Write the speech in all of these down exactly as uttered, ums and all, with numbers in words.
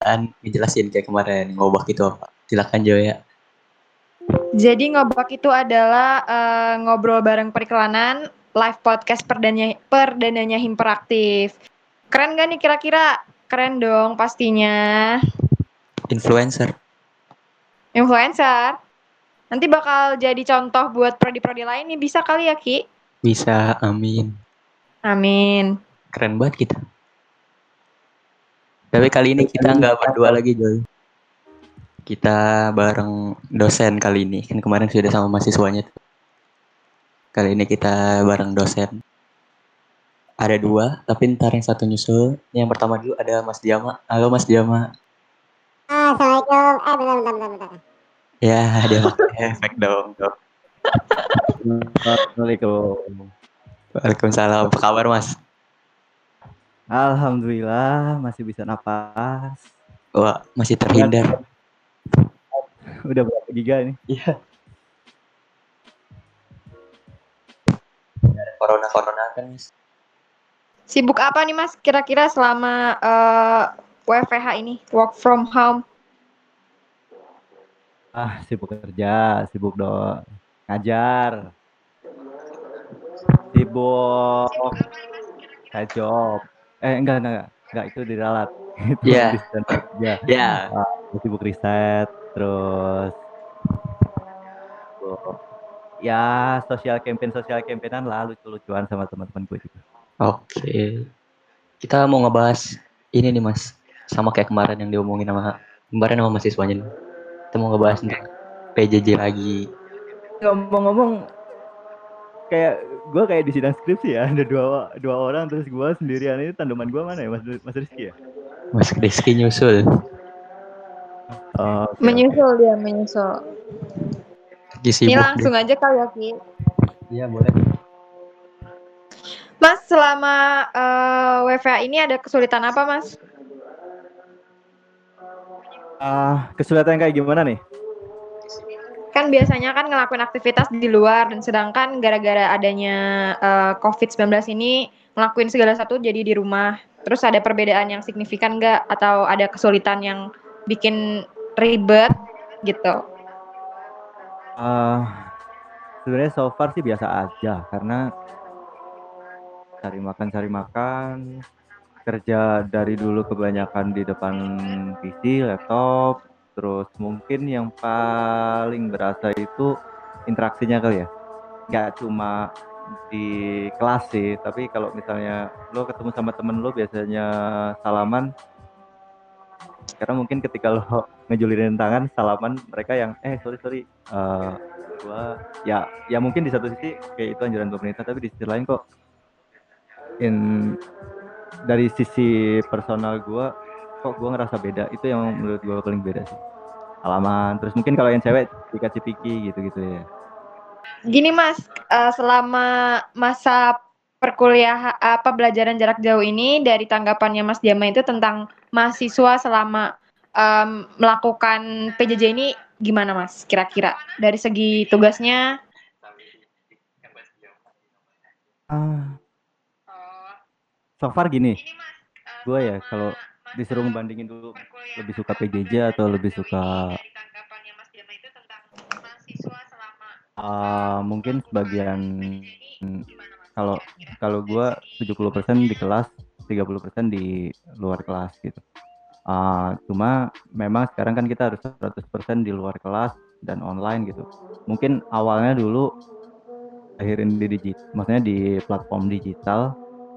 kan ngejelasin kayak kemarin ngobak itu apa. Silakan Jo ya. Jadi ngobak itu adalah uh, ngobrol bareng periklanan, live podcast perdana perdananya Himperaktif. Keren gak nih kira-kira? Keren dong pastinya. Influencer. Influencer. Nanti bakal jadi contoh buat prodi-prodi lain nih, bisa kali ya Ki? Bisa, amin. Amin. Keren banget kita. Tapi kali ini kita nggak berdua lagi Joy. Kita bareng dosen kali ini. Kan kemarin sudah sama mahasiswanya. Kali ini kita bareng dosen. Ada dua, tapi ntar yang satu nyusul. Yang pertama dulu ada Mas Diama. Halo Mas Diama. Assalamualaikum. Eh bentar bentar bentar bentar. Ya, dia pakai efek dong. Assalamualaikum. Waalaikumsalam. Apa kabar Mas? Alhamdulillah masih bisa napas. Wah, masih terhindar. Udah berapa giga ini? Iya. Corona-corona kan Mas. Sibuk apa nih Mas kira-kira selama uh, W F H ini, work from home? Ah, sibuk kerja, sibuk do ngajar. Sibuk kayak job. Eh enggak enggak, enggak itu diralat. Itu Iya. distance kerja. Iya. Ah, sibuk riset, terus ya sosial campaign sosial campaignan lah, lucu-lucuan sama teman-teman gue juga. Oke. Kita mau ngebahas ini nih Mas. Sama kayak kemarin yang diomongin sama kemarin sama mahasiswanya nih. Kita mau ngebahas tentang P J J lagi. Ngomong-ngomong, kayak gue kayak di sidang skripsi ya, ada dua dua orang terus gue sendirian. Ini tandeman gue mana ya, Mas Mas Rizky ya? Mas Rizky nyusul. Oh, okay, menyusul okay. Dia menyusul. Ini langsung deh. Aja kali ya Ki. Iya boleh. Mas selama uh, W F H ini ada kesulitan apa Mas? Uh, kesulitan kayak gimana nih? Kan biasanya kan ngelakuin aktivitas di luar, dan sedangkan gara-gara adanya uh, covid sembilan belas ini ngelakuin segala satu jadi di rumah. Terus ada perbedaan yang signifikan nggak? Atau ada kesulitan yang bikin ribet gitu? Uh, sebenarnya so far sih biasa aja, karena cari makan cari makan kerja dari dulu kebanyakan di depan P C, laptop. Terus mungkin yang paling berasa itu interaksinya kali ya. Gak cuma di kelas sih, tapi kalau misalnya lo ketemu sama temen lo biasanya salaman. Karena mungkin ketika lo ngejulirin tangan salaman, mereka yang eh sorry sorry uh, gua ya ya mungkin di satu sisi kayak itu anjuran pemerintah, tapi di sisi lain kok in dari sisi personal gue kok gue ngerasa beda. Itu yang menurut gue paling beda sih, halaman. Terus mungkin kalau yang cewek dikasih piki gitu-gitu ya. Gini Mas, uh, selama masa perkuliahan apa belajaran jarak jauh ini, dari tanggapannya Mas Diama itu tentang mahasiswa selama um, melakukan P J J ini gimana Mas kira-kira dari segi tugasnya? Uh, so far gini, gue ya kalau disuruh ngebandingin dulu lebih suka P J J atau lebih suka uh, mungkin sebagian kalau kalau gue tujuh puluh persen di kelas, tiga puluh persen di luar kelas gitu. Uh, cuma memang sekarang kan kita harus seratus persen di luar kelas dan online gitu. Mungkin awalnya dulu akhirin di digital, maksudnya di platform digital.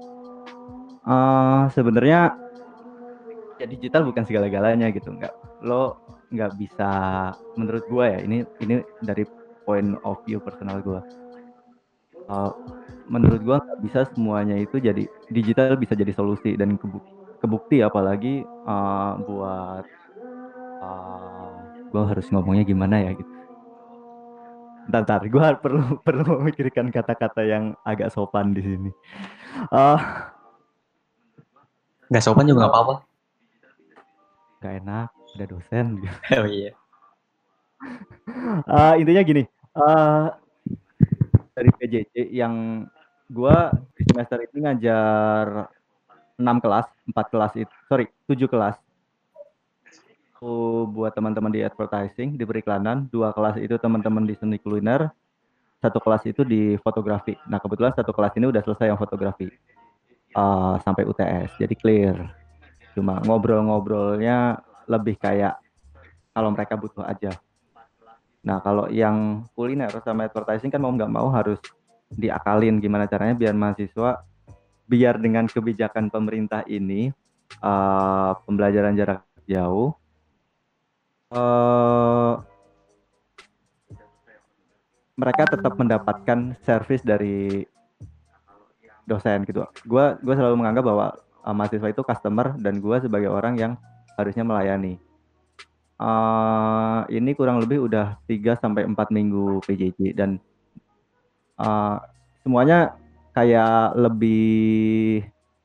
Uh, sebenarnya ya digital bukan segala-galanya gitu, nggak lo nggak bisa, menurut gue ya, ini ini dari point of view personal gue. Uh, menurut gue nggak bisa semuanya itu jadi digital bisa jadi solusi dan kebukti, kebukti apalagi uh, buat uh, gue harus ngomongnya gimana ya gitu. Bentar, bentar, gue perlu perlu memikirkan kata-kata yang agak sopan di sini. Uh, Gak sopan juga nggak apa-apa. Gak enak, ada dosen. Oh iya. uh, intinya gini, uh, dari P J J yang gue di semester ini ngajar enam kelas, empat kelas itu, sorry, tujuh kelas. Satu buat teman-teman di advertising, di periklanan, dua kelas itu teman-teman di seni kuliner, satu kelas itu di fotografi. Nah, kebetulan satu kelas ini udah selesai yang fotografi. Uh, sampai U T S, jadi clear. Cuma ngobrol-ngobrolnya lebih kayak kalau mereka butuh aja. Nah, kalau yang kuliner sama advertising kan mau nggak mau harus diakalin gimana caranya biar mahasiswa, biar dengan kebijakan pemerintah ini, uh, pembelajaran jarak jauh, uh, mereka tetap mendapatkan service dari dosen gitu. Gue gue selalu menganggap bahwa uh, mahasiswa itu customer dan gue sebagai orang yang harusnya melayani. Uh, ini kurang lebih udah tiga sampai empat minggu P J J dan uh, semuanya kayak lebih.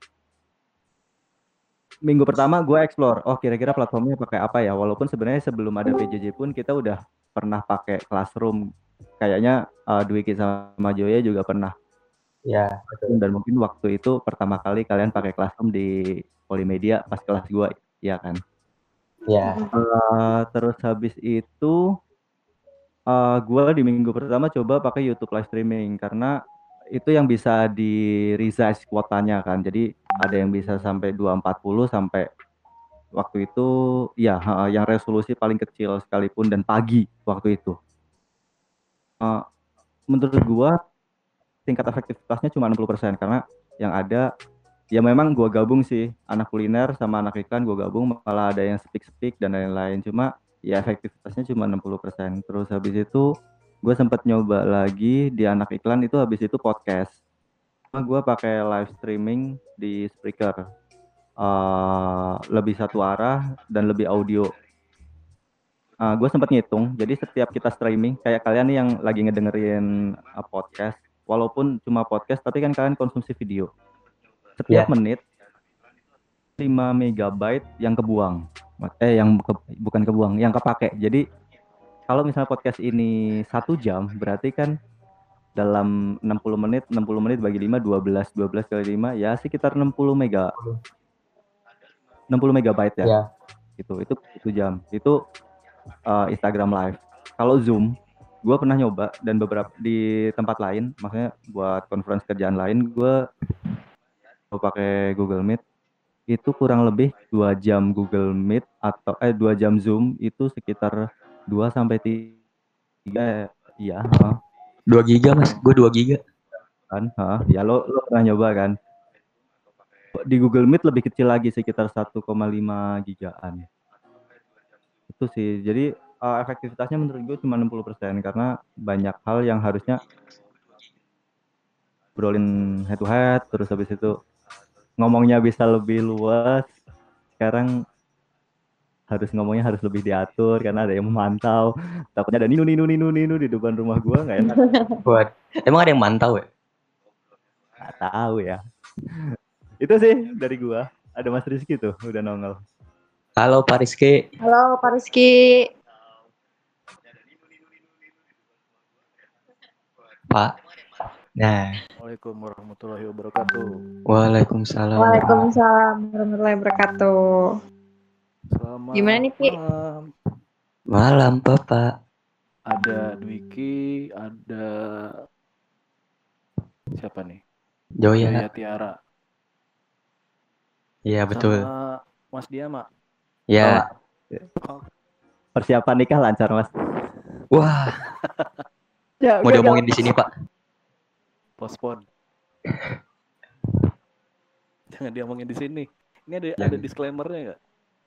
Minggu pertama gue explore, oh kira-kira platformnya pakai apa ya, walaupun sebenarnya sebelum ada P J J pun kita udah pernah pakai Classroom, kayaknya uh, Dwiki sama Joya juga pernah. Ya, betul. Dan mungkin waktu itu pertama kali kalian pakai Classroom di Polimedia pas kelas gue, ya kan? Ya. Uh, terus habis itu uh, gue di minggu pertama coba pakai YouTube live streaming karena itu yang bisa di resize kuotanya kan. Jadi ada yang bisa sampai dua ratus empat puluh sampai waktu itu ya uh, yang resolusi paling kecil sekalipun dan pagi waktu itu. Uh, menurut gue tingkat efektivitasnya cuma enam puluh persen karena yang ada ya memang gue gabung sih anak kuliner sama anak iklan, gue gabung malah ada yang speak-speak dan lain-lain, cuma ya efektivitasnya cuma enam puluh persen. Terus habis itu gue sempat nyoba lagi di anak iklan itu, habis itu podcast. Gue pakai live streaming di Spreaker, uh, lebih satu arah dan lebih audio. Uh, gue sempat ngitung, jadi setiap kita streaming kayak kalian nih yang lagi ngedengerin uh, podcast, walaupun cuma podcast tapi kan kalian konsumsi video. Setiap yeah. menit lima megabyte yang kebuang, eh yang ke, bukan kebuang, yang kepake. Jadi kalau misalnya podcast ini satu jam, berarti kan dalam enam puluh menit, enam puluh menit bagi lima, dua belas, dua belas kali lima, ya sekitar enam puluh mega, enam puluh megabyte ya. Yeah. Gitu, itu satu jam. Itu uh, Instagram Live. Kalau Zoom, gue pernah nyoba dan beberapa di tempat lain, maksudnya buat conference kerjaan lain, gue pakai Google Meet. Itu kurang lebih dua jam Google Meet atau eh dua jam Zoom itu sekitar dua sampai tiga ya. Huh. dua giga Mas, gue dua giga. Kan, huh. Ya lo lo pernah nyoba kan? Di Google Meet lebih kecil lagi sekitar satu koma lima gigaan. Itu sih. Jadi uh, efektivitasnya menurut gue cuma enam puluh persen karena banyak hal yang harusnya brolin head to head, terus habis itu ngomongnya bisa lebih luas. Sekarang harus ngomongnya harus lebih diatur karena ada yang memantau. Takutnya ada ninu ninu ninu ninu di depan rumah gua, nggak enak. Buat emang ada yang mantau ya? Nggak tahu ya. Itu sih dari gua. Ada Mas Rizky tuh udah nongol. Halo Pak Rizky. Halo Pak Rizky. Pak. Nah. Assalamualaikum warahmatullahi wabarakatuh. Waalaikumsalam. Waalaikumsalam warahmatullahi wabarakatuh. Selamat Gimana nih, Pi? Malam. Malam, Bapak. Ada Dwiki, ada siapa nih? Joya. Joya Tiara. Iya, betul. Sama Mas Diama. Ya. Oh. Persiapan nikah lancar, Mas. Wah. Ya, mau diomongin di sini, Pak. Postpone. Jangan diomongin di sini. Ini ada Jangan. ada disclaimer-nya nggak?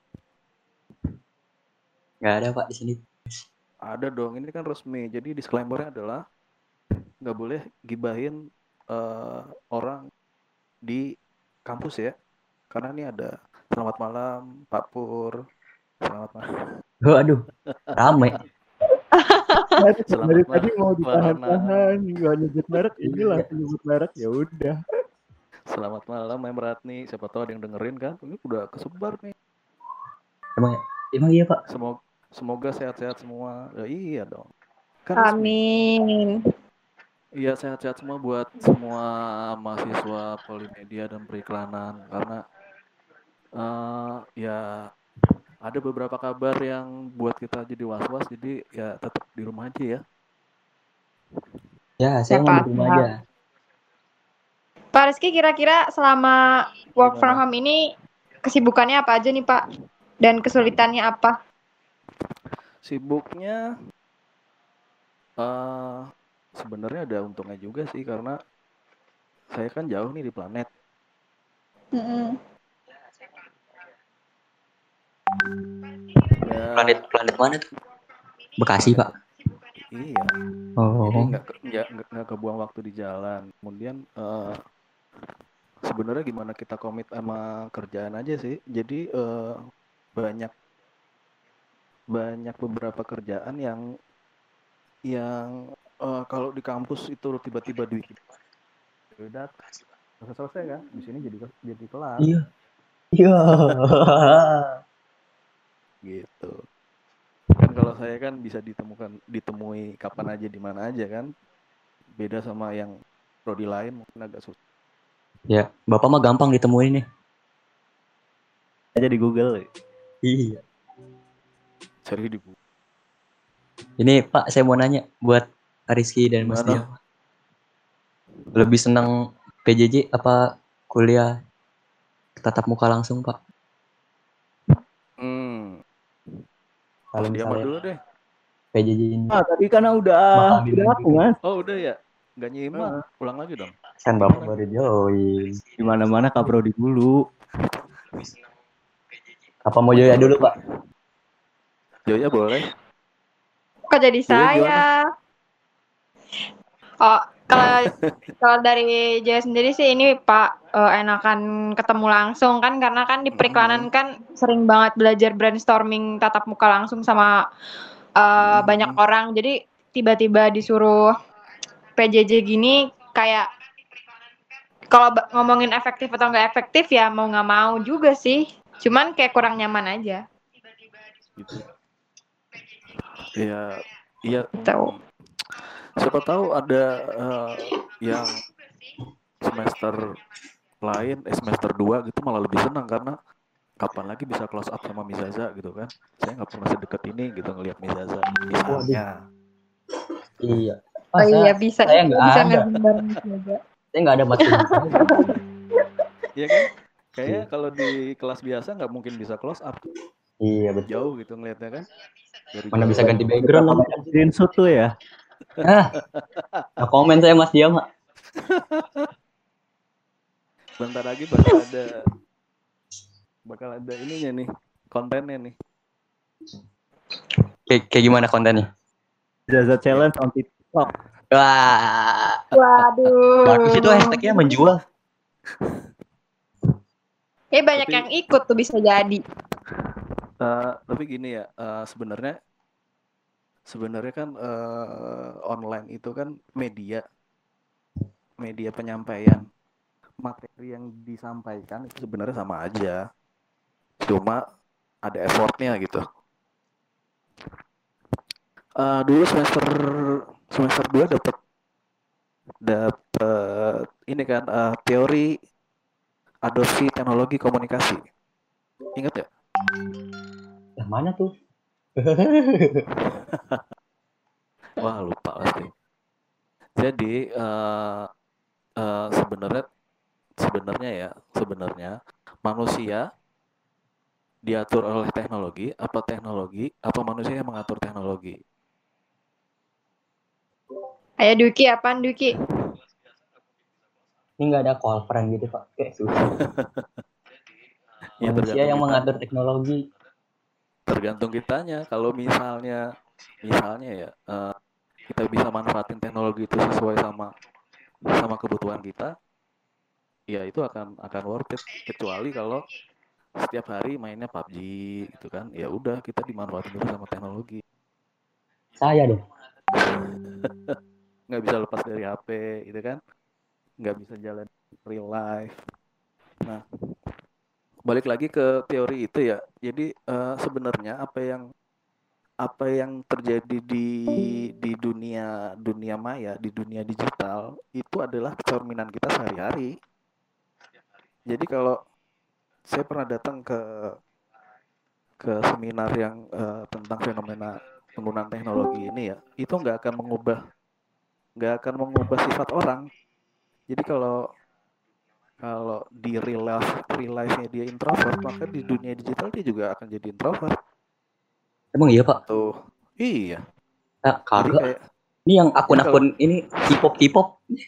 Nggak ada Pak di sini. Ada dong. Ini kan resmi. Jadi disclaimer-nya adalah nggak boleh gibahin uh, orang di kampus ya. Karena ini ada selamat malam Pak Pur. Selamat malam. Waduh, rame. Dari tadi mau ditahan-tahan, nggak nyebut merek, ini langsung nyebut merek, ya udah. Selamat malam, Mem Ratni. Siapa tahu ada yang dengerin kan? Ini udah kesebar nih. Emang, emang iya Pak. Semoga, semoga sehat-sehat semua. Ya, iya dong. Kan amin. Iya sehat-sehat semua buat semua mahasiswa Polimedia dan periklanan karena uh, ya ada beberapa kabar yang buat kita jadi was-was, jadi ya tetap di rumah aja ya. Ya, saya mau Siapa? di rumah Nah, aja. Pak Rizky kira-kira selama work from Gimana? home ini kesibukannya apa aja nih Pak? Dan kesulitannya apa? Sibuknya eh sebenarnya ada untungnya juga sih, karena saya kan jauh nih di planet. Mm-mm. Ya, Planet planet mana tuh? Bekasi, planet Pak. iya. Oh. Jadi nggak ke- nggak nggak nggak kebuang waktu di jalan. Kemudian eh sebenarnya gimana kita komit sama kerjaan aja sih. Jadi eh banyak banyak beberapa kerjaan yang yang eh, kalau di kampus itu tiba-tiba di udah selesai selesai kan, di sini jadi jadi kelar Iya. Iya. gitu. Kan kalau saya kan bisa ditemukan ditemui kapan aja di mana aja kan. Beda sama yang prodi lain mungkin agak susah. Ya, Bapak mah gampang ditemuin nih. Aja di Google. Iya. Cari di buku. Ini Pak, saya mau nanya buat Rizky dan Mas Gimana? Diam. Lebih senang P J J apa kuliah tatap muka langsung, Pak? Hmm. Kalau Mas Diama misalnya dulu deh. P J J ini Ah, tadi karena udah bakal udah dilanjut. aku Mas. Oh udah ya, nggak nyimak. Ulang lagi dong. Kan Gimana? Bapak baru join. Di mana-mana Kak Prodi dulu. Apa mau Joya dulu, Pak? Joya boleh. Kok jadi Joya saya? gimana? Oh, kalau kalau dari Jaya sendiri sih ini Pak eh, enakan ketemu langsung kan karena kan di periklanan Mhm. kan sering banget belajar brainstorming tatap muka langsung sama eh, Mhm. banyak orang. Jadi tiba-tiba disuruh P J J gini kayak kalau ba- ngomongin efektif atau nggak efektif ya mau nggak mau juga sih. Cuman kayak kurang nyaman aja. Gitu. Iya, iya. Gitu. hmm. Siapa tahu ada eh, yang semester lain, eh, semester dua gitu malah lebih senang karena kapan lagi bisa close up sama Mizaza gitu kan. Saya nggak pernah sedekat ini gitu ngelihat Mizaza misalnya. Iya. Oh Ah, saya, iya bisa saya nggak bisa ada. ngerjain bareng juga. Saya nggak ada matkul. Iya kan? Kayaknya kalau di kelas biasa nggak mungkin bisa close up. Iya, betul. Jauh gitu ngelihatnya kan. Dari Mana jauh. bisa ganti background Betapa lagi. banyak screenshot tuh ya. Ah, nggak komen saya Mas Diam, Mak. Bentar lagi bakal ada bakal ada ininya nih, kontennya nih. Kayak, kayak gimana kontennya? Zaza challenge on TikTok. Wah, Waduh. bagus itu hashtagnya menjual. Eh banyak Tapi- yang ikut tuh bisa jadi. Eh, tapi gini ya, eh, sebenarnya sebenarnya kan eh, online itu kan media media penyampaian materi yang disampaikan itu sebenarnya sama aja, cuma ada effortnya gitu. Eh, dulu semester semester dua dapat dapat ini kan eh, teori adopsi teknologi komunikasi. Ingat ya? Yang mana tuh? Wah lupa pasti. Jadi eh, eh, sebenarnya sebenarnya ya sebenarnya manusia diatur oleh teknologi apa teknologi apa manusia yang mengatur teknologi. Ayo Duki apaan Duki? Ini nggak ada call friend gitu, Pak. Kayak susah. Ya, Manusia tergantung yang kita. mengatur teknologi. Tergantung kitanya. Kalau misalnya misalnya ya eh, kita bisa manfaatin teknologi itu sesuai sama sama kebutuhan kita, ya itu akan akan worth it. Kecuali kalau setiap hari mainnya P U B G gitu kan, ya udah kita dimanfaatin dulu sama teknologi. Saya dong. Nggak bisa lepas dari H P gitu kan, nggak bisa jalan real life. Nah, balik lagi ke teori itu ya. Jadi eh, sebenarnya apa yang apa yang terjadi di di dunia dunia maya, di dunia digital itu adalah cerminan kita sehari-hari. Jadi kalau saya pernah datang ke ke seminar yang uh, tentang fenomena penggunaan teknologi ini ya, itu nggak akan mengubah nggak akan mengubah sifat orang. Jadi kalau kalau di real life real life-nya dia introvert, maka di dunia digital dia juga akan jadi introvert. Emang iya Pak? Tuh, iya. Ah, Jadi kagak. kayak Ini yang jadi kalau akun-akun ini K-pop K-pop.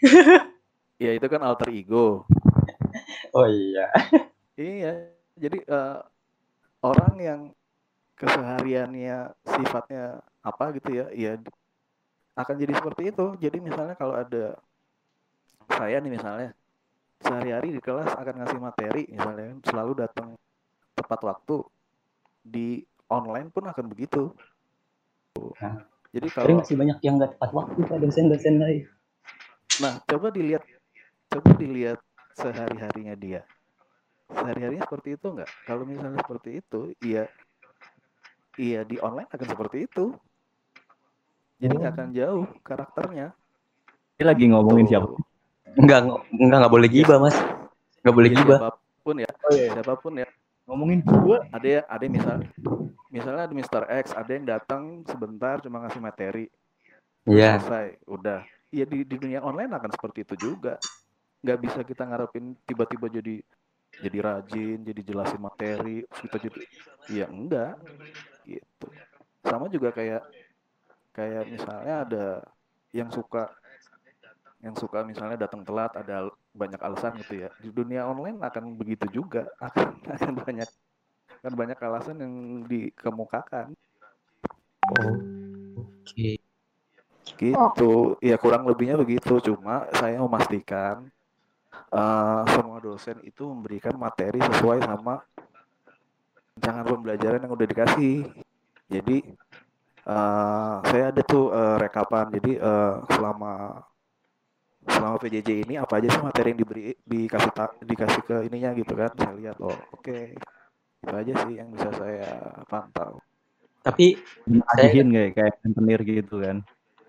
ya itu kan alter ego. Oh iya. Iya. Jadi uh, orang yang kesehariannya sifatnya apa gitu ya, ya akan jadi seperti itu. Jadi misalnya kalau ada saya nih misalnya sehari-hari di kelas akan ngasih materi misalnya selalu datang tepat waktu, di online pun akan begitu. Nah, Jadi tapi kalau masih banyak yang nggak tepat waktu Pak, dosen-dosen lain. nah coba dilihat coba dilihat sehari-harinya dia. Sehari-harinya seperti itu nggak? Kalau misalnya seperti itu, iya iya di online akan seperti itu. Jadi nggak akan jauh karakternya. Ini lagi ngomongin siapa? Tuh. Enggak, enggak enggak boleh Iya, gibah, Mas. Enggak boleh iya gibah. siapapun ya, Oh iya. siapapun ya. Ngomongin gua. Ada ya, ada misal, misalnya ada mister X, ada yang datang sebentar cuma ngasih materi, terus Iya. selesai, udah. Iya di, di dunia online akan seperti itu juga. Nggak bisa kita ngarepin tiba-tiba jadi jadi rajin, jadi jelasin materi, terus kita jadi, ya enggak, gitu. Sama juga kayak kayak misalnya ada yang suka yang suka misalnya datang telat, ada banyak alasan gitu ya. Di dunia online akan begitu juga, akan akan banyak akan banyak alasan yang dikemukakan. Oh. Oke. Gitu. Ya kurang lebihnya begitu. Cuma saya memastikan uh, semua dosen itu memberikan materi sesuai sama rancangan pembelajaran yang udah dikasih. Jadi uh, saya ada tuh uh, rekapan. Jadi uh, selama selama P J J ini apa aja sih materi yang diberi dikasih ta, dikasih ke ininya gitu kan. Saya lihat oh oke. Okay. Itu aja sih yang bisa saya pantau. Tapi Adihin kayak kayak engineer gitu kan.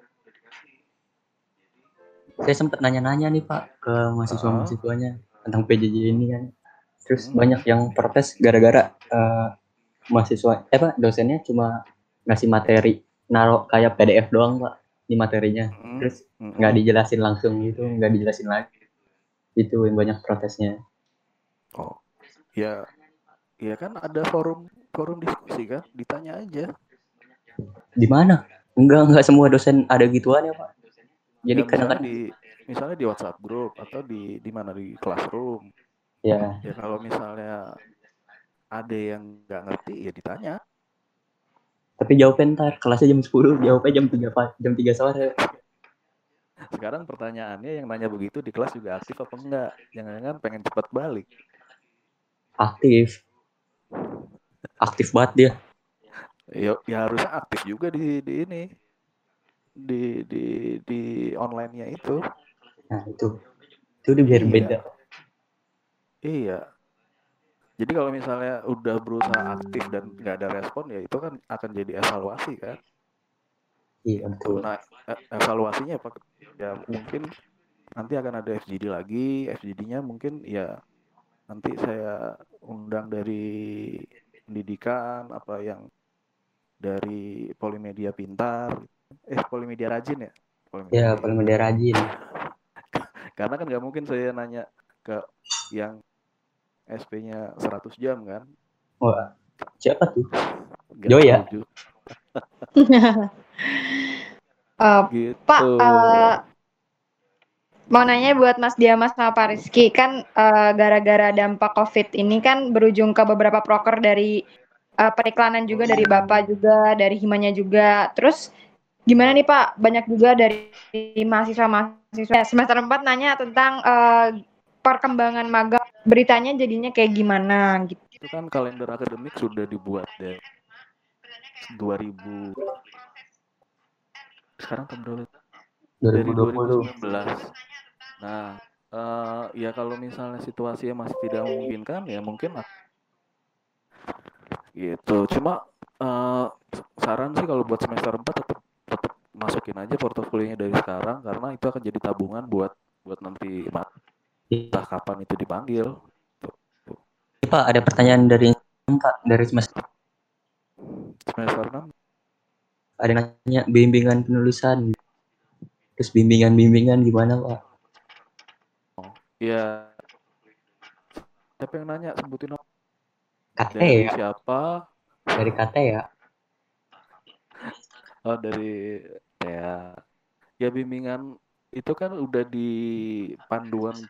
Saya sempat nanya-nanya nih Pak ke mahasiswa-mahasiswanya tentang P J J ini kan. Terus Hmm. banyak yang protes gara-gara uh, mahasiswa eh Pak dosennya cuma ngasih materi naruh kayak P D F doang Pak di materinya. Hmm. Terus Hmm. nggak dijelasin langsung gitu, nggak dijelasin lagi. Itu yang banyak protesnya. Oh, ya, ya kan ada forum forum diskusi kan, ditanya aja. Di mana? Enggak, enggak semua dosen ada gituan ya Pak. Jadi Ya, misalnya kadang-kadang di misalnya di WhatsApp group atau di di mana di classroom. ya. Ya kalau misalnya ada yang nggak ngerti ya ditanya. Tapi jawabnya ntar kelasnya jam sepuluh, jawabnya jam tiga jam tiga sore. Sekarang pertanyaannya yang nanya begitu di kelas juga aktif apa enggak? Jangan-jangan pengen cepat balik. Aktif. Aktif banget dia. Ya, ya harusnya aktif juga di di ini. Di di di online-nya itu. Nah, itu. Itu udah biar Iya. beda. Iya. Jadi kalau misalnya udah berusaha aktif dan nggak ada respon ya itu kan akan jadi evaluasi kan. Iya betul. Nah evaluasinya apa? Ya mungkin nanti akan ada F G D lagi. F G D-nya mungkin ya nanti saya undang dari pendidikan apa yang dari Polimedia Pintar. Eh Polimedia Rajin ya? Polimedia. Ya Polimedia Rajin. Karena kan nggak mungkin saya nanya ke yang S P-nya seratus jam kan. Wah, siapa tuh? Gak Joya. uh, gitu. Pak, uh, mau nanya buat Mas Diamas sama Pak Rizky, kan uh, gara-gara dampak COVID ini kan berujung ke beberapa proker dari uh, periklanan juga, dari Bapak juga, dari Himanya juga. Terus gimana nih Pak, banyak juga dari mahasiswa-mahasiswa semester empat nanya tentang uh, perkembangan magang, beritanya jadinya kayak gimana gitu. Itu kan kalender akademik sudah dibuat dari dua ribu sekarang tahun berapa? Dari dua ribu sembilan belas. Nah, uh, ya kalau misalnya situasinya masih tidak memungkinkan ya mungkin gitu. Cuma uh, saran sih kalau buat semester empat tetap tetap masukin aja portofolionya dari sekarang karena itu akan jadi tabungan buat buat nanti entah kapan itu dipanggil. Pak, ada pertanyaan dari Pak dari semester semester enam. Ada yang nanya bimbingan penulisan. Terus bimbingan-bimbingan gimana, Pak? Ya, siapa yang nanya? Sebutin nama. K T Dari ya? siapa? Dari K T ya? Oh, dari ya. Ya bimbingan itu kan udah di panduan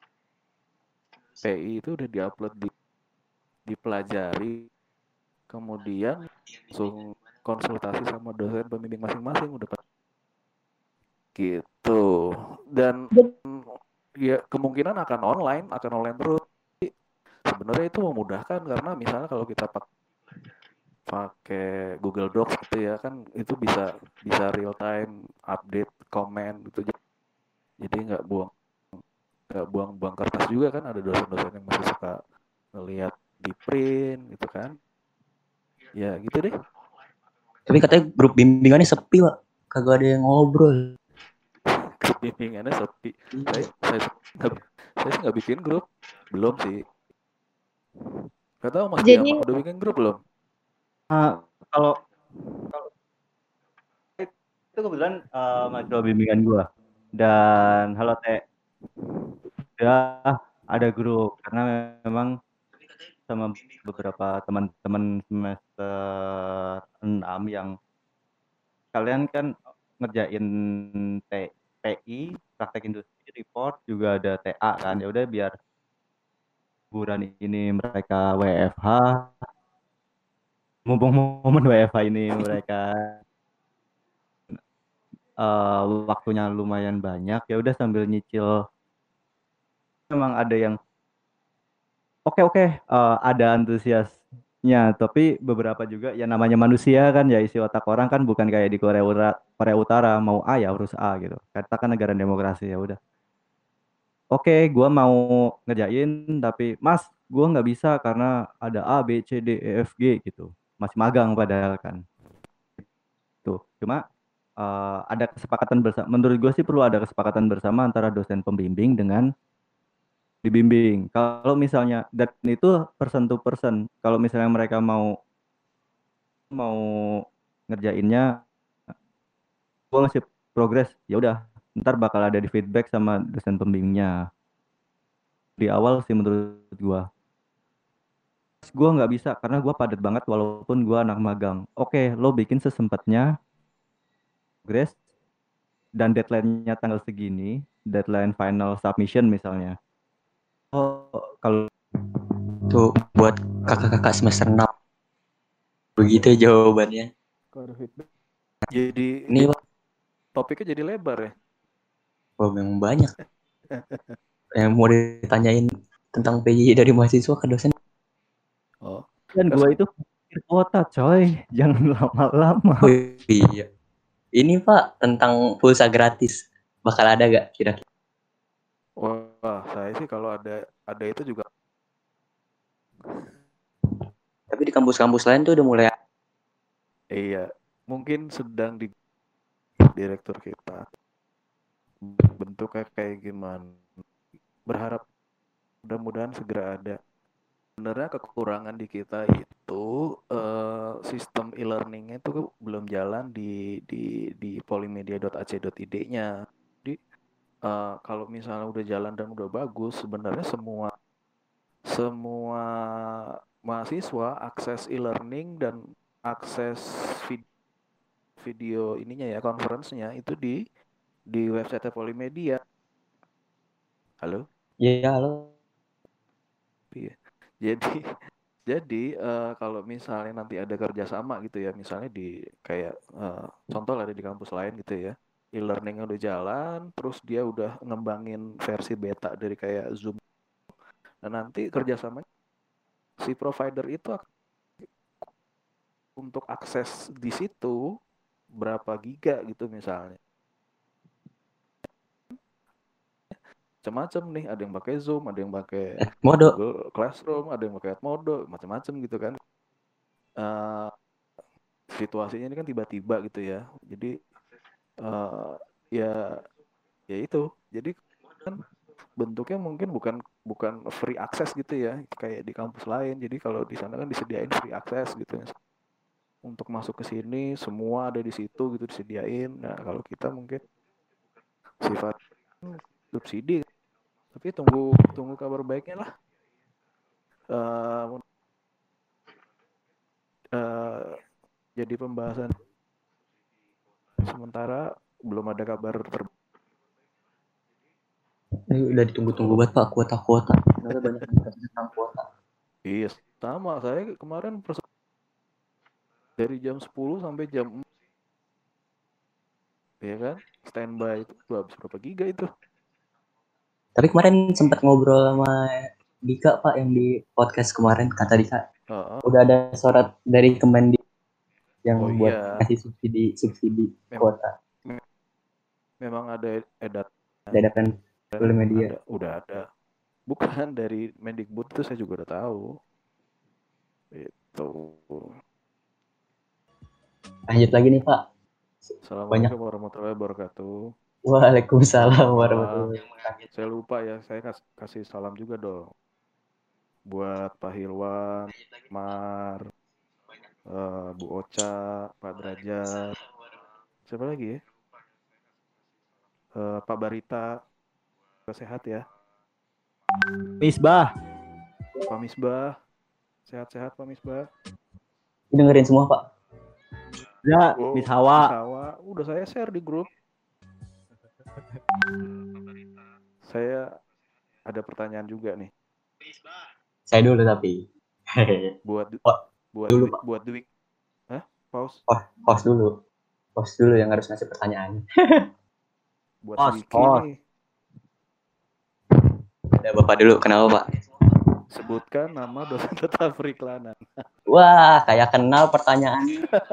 P I itu udah diupload di dipelajari, kemudian langsung konsultasi sama dosen pembimbing masing-masing udah gitu. Dan ya kemungkinan akan online, akan online terus. Sebenarnya itu memudahkan karena misalnya kalau kita pakai pakai Google Docs gitu ya kan itu bisa bisa real time update komen gitu, jadi nggak buang nggak buang-buang kertas juga kan, ada dosen-dosen yang masih suka ngelihat di print gitu kan ya gitu deh. Tapi katanya grup bimbingannya sepi, Pak. Kagak ada yang ngobrol. Bimbingannya sepi. Saya saya nggak saya sih nggak bikin grup, belum sih. Gak tahu Mas Jadi Diama udah bikin grup belum? Ah, kalau kalau itu kebetulan uh, mahasiswa bimbingan gua dan halo Teh, udah ada grup karena memang sama beberapa teman-teman semester enam yang kalian kan ngerjain T P I, praktek industri, report juga ada T A kan. Ya udah biar bulan ini mereka W F H, mumpung momen W F H ini mereka uh, waktunya lumayan banyak, ya udah sambil nyicil. Memang ada yang oke oke uh, ada antusiasnya, tapi beberapa juga ya namanya manusia kan ya isi otak orang kan bukan kayak di Korea Utara, Korea Utara mau A ya harus A gitu. Kita kan negara demokrasi ya udah. Oke, gua mau ngerjain tapi Mas, gua nggak bisa karena ada A, B, C, D, E, F, G gitu. Masih magang padahal kan. Tuh, cuma uh, ada kesepakatan bersama. Menurut gue sih perlu ada kesepakatan bersama antara dosen pembimbing dengan dibimbing. Kalau misalnya dan itu person to person. Kalau misalnya mereka mau mau ngerjainnya, gue ngasih progres, ya udah. Ntar bakal ada di feedback sama dosen pembimbingnya. Di awal sih menurut gue. Gue nggak bisa karena gue padat banget walaupun gue anak magang. Oke, lo bikin sesempatnya progres dan deadline-nya tanggal segini, deadline final submission misalnya. Oh, kalau Tuh buat kakak-kakak semester enam. Begitu jawabannya. Kalau ada feedback. Jadi Ini, Pak. topiknya jadi lebar ya. Oh, memang banyak. Yang mau ditanyain tentang P J J dari mahasiswa ke dosen. Oh. dan gue itu kuota coy, jangan lama-lama. Oh, iya. Ini Pak tentang pulsa gratis. Bakal ada gak kira-kira? Wah, saya sih kalau ada ada itu juga. Tapi di kampus-kampus lain tuh udah mulai. Iya, mungkin sedang di direktur kita. Bentuknya kayak gimana? Berharap mudah-mudahan segera ada. Sebenarnya kekurangan di kita itu uh, sistem e-learningnya itu belum jalan di di di polimedia dot a c dot i d-nya. Jadi uh, kalau misalnya udah jalan dan udah bagus, sebenarnya semua semua mahasiswa akses e-learning dan akses vid- video ininya ya, conference-nya itu di di website Polimedia. Halo? Iya, halo. Iya. Jadi jadi uh, kalau misalnya nanti ada kerjasama gitu ya, misalnya di kayak uh, contoh ada di kampus lain gitu ya, e-learningnya udah jalan, terus dia udah ngembangin versi beta dari kayak Zoom. Dan nanti kerjasama si provider itu untuk akses di situ berapa giga gitu misalnya. Macam-macam nih, ada yang pakai Zoom, ada yang pakai Modo. Google Classroom, ada yang pakai Edmodo, macam-macam gitu kan. Uh, situasinya ini kan tiba-tiba gitu ya. Jadi uh, ya ya itu. Jadi kan bentuknya mungkin bukan bukan free access gitu ya, kayak di kampus lain. Jadi kalau di sana kan disediain free access gitu. untuk masuk ke sini semua ada di situ gitu disediain. Nah kalau kita mungkin sifat subsidi, tapi tunggu tunggu kabar baiknya lah. Uh, uh, jadi pembahasan sementara belum ada kabar ter. Ini udah ditunggu-tunggu banget Pak, kuota-kuota. Ternyata banyak yang tentang kuota. Iya, sama. Saya kemarin pers- dari jam sepuluh sampai jam empat. Ya kan? Standby itu habis berapa giga itu? Tapi kemarin sempat ngobrol sama Dika Pak yang di podcast kemarin, kata Dika. Uh-uh. Udah ada surat dari Kemendik yang Oh, buat iya. kasih subsidi subsidi Mem- kuota. Memang ada edat Dadakan oleh media. ada, udah ada. Bukan dari Mendikbud itu saya juga udah tahu. Itu. Lanjut lagi nih Pak. Assalamualaikum warahmatullahi wabarakatuh. Waalaikumsalam warahmatullahi wabarakatuh. Saya lupa ya, saya kas- kasih salam juga dong. Buat Pak Hilwan, Mar, uh, Bu Ocha, Pak Derajat. Siapa lagi ya? Uh, Pak Barita. Sehat ya. Misbah. Pak Misbah. Sehat-sehat Pak Misbah. Dengerin semua Pak. Ya, Oh, Miss Hawa. Miss Hawa. Udah saya share di grup. Saya ada pertanyaan juga nih. Saya dulu tapi. Buat Pak, buat dulu, Dwi- Pak. buat Dwik. Hah? Pause. Oh, host dulu. Host dulu yang harus ngasih pertanyaan. Buat Pause, Dwiki pause. nih. Udah Bapak dulu, kenapa Pak? Sebutkan nama dosen tata periklanan. Wah, kayak kenal pertanyaan.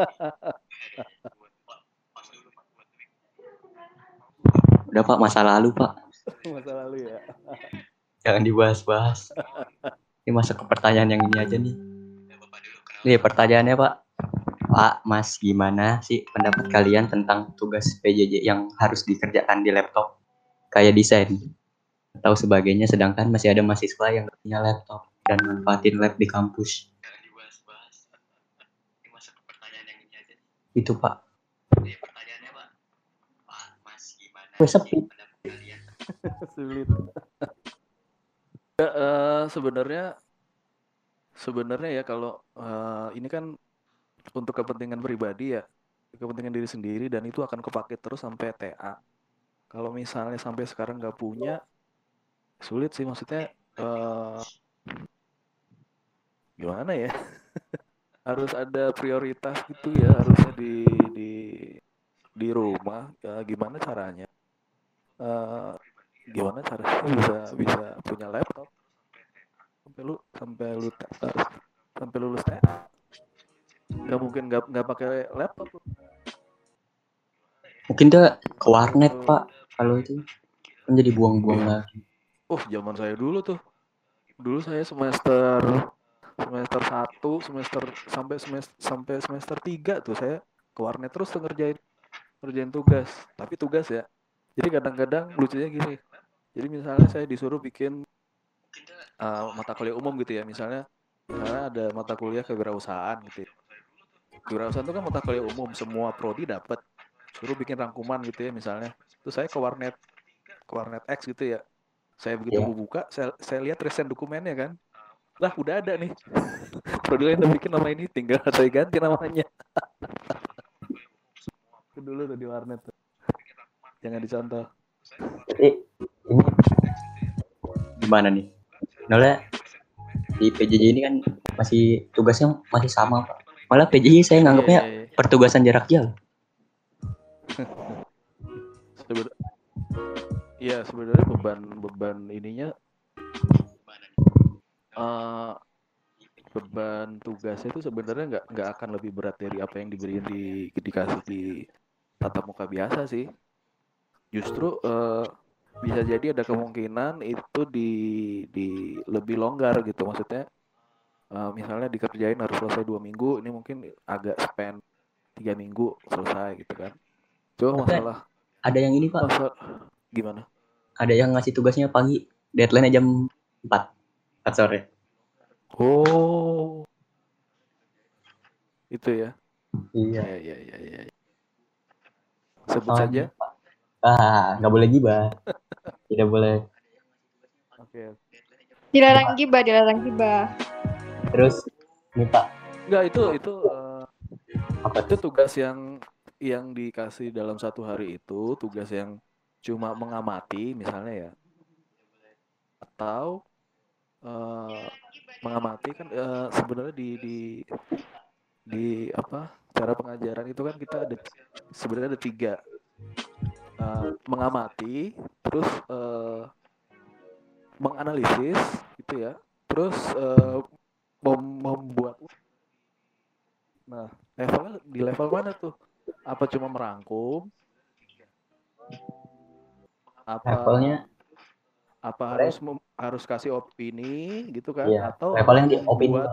Udah Pak, masa lalu Pak. Masa lalu ya. Jangan dibahas-bahas. Ini masuk ke pertanyaan yang ini aja nih. Nih pertanyaannya Pak. Pak, Mas, gimana sih pendapat kalian tentang tugas P J J yang harus dikerjakan di laptop? Kayak desain atau sebagainya, sedangkan masih ada mahasiswa yang gak punya laptop dan manfaatin lab di kampus. Jangan dibahas-bahas. Ini masuk ke pertanyaan yang ini aja. Itu Pak. Nih pertanyaannya Pak. Pak, Mas, gimana sih pendapat kalian? Sulit. Ya, uh, sebenarnya sebenarnya ya kalau uh, ini kan untuk kepentingan pribadi ya, kepentingan diri sendiri, dan itu akan kepake terus sampai T A. Kalau misalnya sampai sekarang nggak punya, sulit sih, maksudnya uh, gimana ya? Harus ada prioritas gitu ya, harusnya di di di rumah. Ya, gimana caranya? Uh, gimana caranya bisa bisa punya laptop sampai lu sampai lu uh, sampai lulus T A? Nggak mungkin nggak nggak pakai laptop. Mungkin dia ke warnet Pak. Kalau itu kan jadi buang-buang lagi. Oh, zaman saya dulu tuh. Dulu saya semester semester satu, semester sampai semester sampai semester tiga tuh saya ke warnet terus tuh ngerjain ngerjain tugas. Tapi tugas ya. Jadi kadang-kadang lucunya gini. Jadi misalnya saya disuruh bikin uh, mata kuliah umum gitu ya. Misalnya misalnya ada mata kuliah kewirausahaan gitu ya. Kewirausahaan itu kan mata kuliah umum, semua prodi dapat. Suruh bikin rangkuman gitu ya misalnya. Terus saya ke warnet ke warnet X gitu ya. Saya begitu Yeah. buka, saya, saya lihat recent dokumennya kan. Lah udah ada nih. Prodi lain udah bikin nama ini, tinggal saya ganti namanya. Itu dulu tuh di warnet tuh. Jangan dicontoh. Jadi ini gimana nih? Soalnya di P J J ini kan masih tugasnya masih sama Pak. Malah P J J saya nganggapnya Iya, iya, iya. pertugasan jarak jauh. Seben- Iya sebenarnya beban beban ininya uh, beban tugasnya itu sebenarnya nggak nggak akan lebih berat dari apa yang diberikan di dikasih di tatap muka biasa sih. Justru uh, bisa jadi ada kemungkinan itu di di lebih longgar gitu, maksudnya uh, misalnya dikerjain harus selesai dua minggu, ini mungkin agak spend tiga minggu selesai gitu kan. Cuma masalah Ada yang ini Pak. masalah gimana? Ada yang ngasih tugasnya pagi, deadline-nya jam empat sore. Oh, itu ya. Iya. Iya, iya, iya, iya. Sebut Soalnya saja. Pak. Ah, nggak boleh gibah. Tidak boleh. Oke. Dilarang gibah, dilarang gibah. Terus nih Pak, Enggak, itu itu eh, apa itu tuh? tugas yang yang dikasih dalam satu hari itu tugas yang cuma mengamati misalnya ya, atau eh, mengamati kan eh, sebenarnya di di di apa cara pengajaran itu kan kita ada sebenarnya ada tiga. Eh, mengamati, terus eh, menganalisis gitu ya, terus eh, mem- membuat. Nah, levelnya di level mana tuh? Apa cuma merangkum? Apa Levelnya apa boleh. harus mem- harus kasih opini gitu kan? Iya. Atau harus Levelnya di opini membuat? Pak.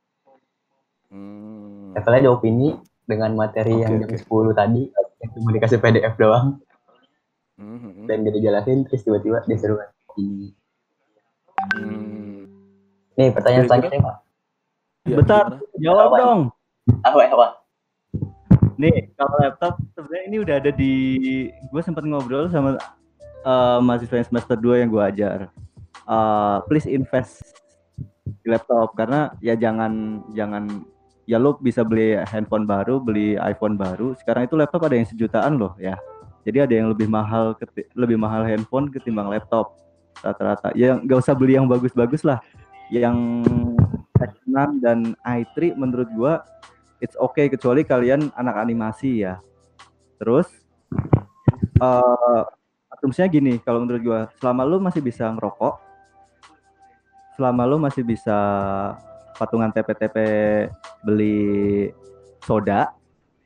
Hmm, Levelnya di opini dengan materi oke yang jam oke. sepuluh tadi yang cuma dikasih P D F doang Hmm, hmm, hmm. dan gak dijelasin terus tiba-tiba disuruh opini. Hmm. Nih pertanyaan Kira-kira, selanjutnya Pak. ya Bentar, gimana? jawab Apa? dong. Apa apa? Nih, kalau laptop sebenarnya ini udah ada di, gue sempat ngobrol sama uh, mahasiswa yang semester dua yang gue ajar. Uh, please invest di laptop karena ya jangan jangan ya lo bisa beli handphone baru, beli iPhone baru. Sekarang itu laptop ada yang sejutaan loh ya. Jadi ada yang lebih mahal keti- lebih mahal handphone ketimbang laptop rata-rata. Ya nggak usah beli yang bagus-bagus lah. Yang X enam dan i tiga menurut gue it's okay kecuali kalian anak animasi ya. Terus uh, asumsinya gini, kalau menurut gua, selama lu masih bisa ngerokok, selama lu masih bisa patungan T P T P beli soda,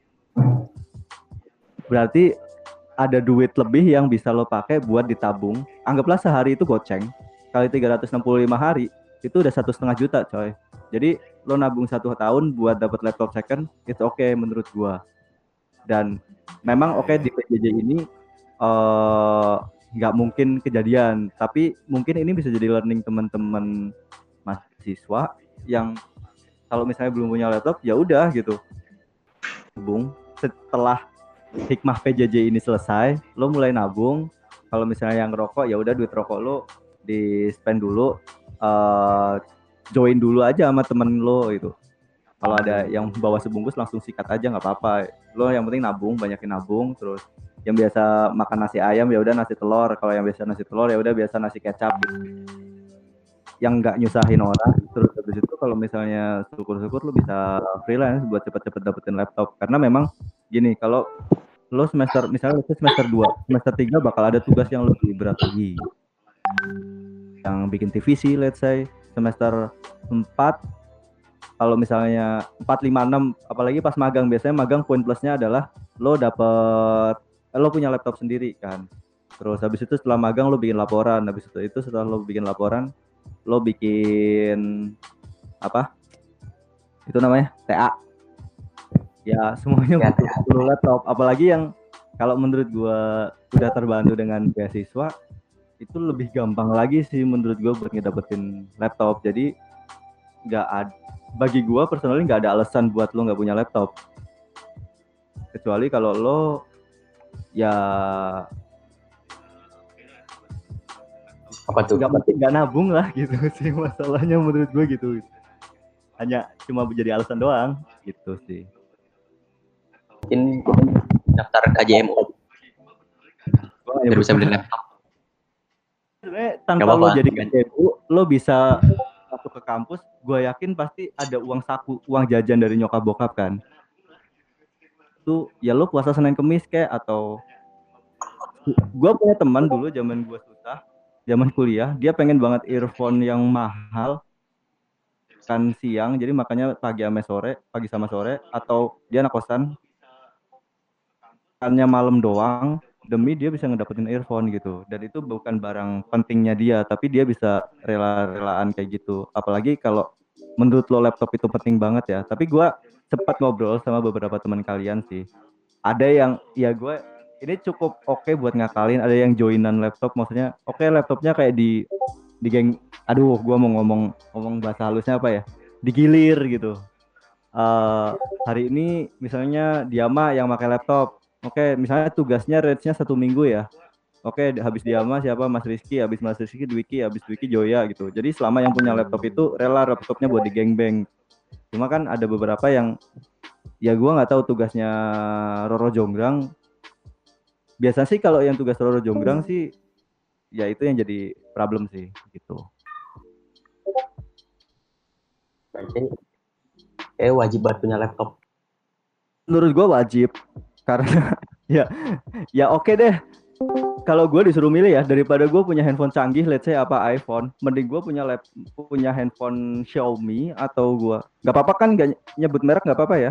berarti ada duit lebih yang bisa lo pakai buat ditabung. Anggaplah sehari itu goceng, kali tiga ratus enam puluh lima hari, itu udah satu setengah juta coy. Jadi lo nabung satu tahun buat dapat laptop second, it's okay menurut gua. Dan memang oke okay, di P J J ini nggak uh, mungkin kejadian, tapi mungkin ini bisa jadi learning teman-teman mahasiswa yang kalau misalnya belum punya laptop ya udah gitu, nabung setelah hikmah P J J ini selesai, lo mulai nabung. Kalau misalnya yang rokok ya udah duit rokok lo di spend dulu, uh, join dulu aja sama temen lo gitu. Kalau ada yang bawa sebungkus langsung sikat aja nggak apa-apa. Lo yang penting nabung, banyakin nabung. Terus yang biasa makan nasi ayam ya udah nasi telur. Kalau yang biasa nasi telur ya udah biasa nasi kecap. Yang nggak nyusahin orang. Terus habis itu kalau misalnya syukur-syukur lo bisa freelance buat cepet-cepet dapetin laptop. Karena memang gini, kalau lo semester misalnya semester dua, semester tiga bakal ada tugas yang lebih berat lagi. Yang bikin T V C let's say. Semester empat kalau misalnya empat, lima, enam, apalagi pas magang, biasanya magang poin plusnya adalah lo dapet, lo punya laptop sendiri kan. Terus habis itu setelah magang lo bikin laporan, habis itu, itu setelah lo bikin laporan, lo bikin apa? Itu namanya T A. Ya semuanya ya, butuh, butuh laptop, apalagi yang kalau menurut gua udah terbantu dengan beasiswa, itu lebih gampang lagi sih menurut gua buat ngedapetin laptop. Jadi nggak ada, bagi gue personally nggak ada alasan buat lo nggak punya laptop, kecuali kalau lo ya apa tuh nggak nggak nabung lah gitu sih masalahnya menurut gue gitu, hanya cuma menjadi alasan doang gitu sih. Mungkin daftar K J M U biar bisa beli laptop. Sebenarnya tanpa lo jadi K J M U lo bisa masuk ke kampus, gue yakin pasti ada uang saku, uang jajan dari nyokap bokap kan. Itu ya lo puasa Senin Kemis kayak, atau gue punya teman dulu zaman gue susah, zaman kuliah, dia pengen banget earphone yang mahal kan siang, jadi makanya pagi sama sore, pagi sama sore, atau dia anak kosan, hanya malam doang demi dia bisa ngedapetin earphone gitu. Dan itu bukan barang pentingnya dia, tapi dia bisa rela-relaan kayak gitu. Apalagi kalau menurut lo laptop itu penting banget ya. Tapi gue sempat ngobrol sama beberapa teman kalian sih. Ada yang ya gue ini cukup oke okay buat ngakalin. Ada yang joinan laptop, maksudnya oke okay, laptopnya kayak di di geng. Aduh, gue mau ngomong ngomong bahasa halusnya apa ya? Digilir gitu. eh, hari ini misalnya Diama yang pakai laptop. Oke, misalnya tugasnya range-nya satu minggu ya. Oke, habis Diama siapa? Mas Rizky, habis Mas Rizky Dwiki, habis Dwiki Joya gitu. Jadi selama yang punya laptop itu rela laptopnya buat di gangbang. Cuma kan ada beberapa yang ya gua nggak tahu tugasnya Roro Jonggrang. Biasa sih kalau yang tugas Roro Jonggrang sih ya itu yang jadi problem sih gitu. Berarti eh wajib banget punya laptop. Menurut gua wajib karena ya ya oke deh. Kalau gue disuruh milih ya, daripada gue punya handphone canggih, let's say apa iPhone, mending gue punya lap, punya handphone Xiaomi atau gue nggak apa-apa kan, nggak nyebut merek nggak apa-apa ya.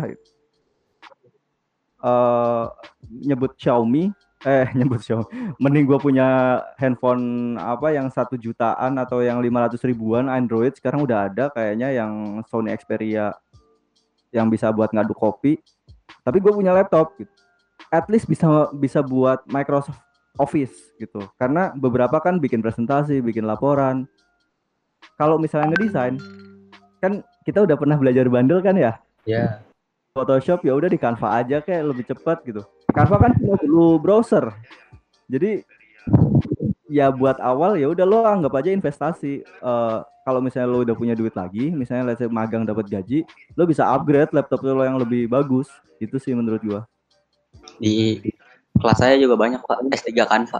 Uh, nyebut Xiaomi, eh nyebut Xiaomi, mending gue punya handphone apa yang satu jutaan atau yang lima ratus ribuan Android. Sekarang udah ada kayaknya yang Sony Xperia yang bisa buat ngaduk kopi. Tapi gue punya laptop, gitu. At least bisa bisa buat Microsoft Office gitu. Karena beberapa kan bikin presentasi, bikin laporan. Kalau misalnya ngedesain, kan kita udah pernah belajar bandel kan ya? Ya. Photoshop ya udah di Canva aja kayak lebih cepat gitu. Canva kan cuma dulu browser. Jadi ya buat awal ya udah lo anggap aja investasi. Uh, kalau misalnya lo udah punya duit lagi, misalnya let's say magang dapat gaji, lo bisa upgrade laptop lo yang lebih bagus. Itu sih menurut gua. Di kelas saya juga banyak Pak S tiga Canva.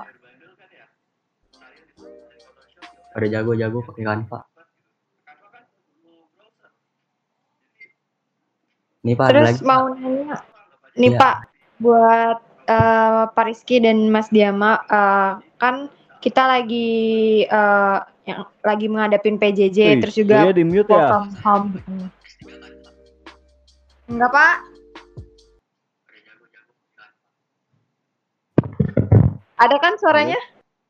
Ada jago-jago pakai Canva. Nih Pak, Terus lagi, mau nanya, nih ya. Pak, buat uh, Pak Rizky dan Mas Diama, uh, kan kita lagi uh, yang lagi menghadapin P J J, Wih, terus juga dia di mute work ya? from home. Enggak Pak? Ada kan suaranya?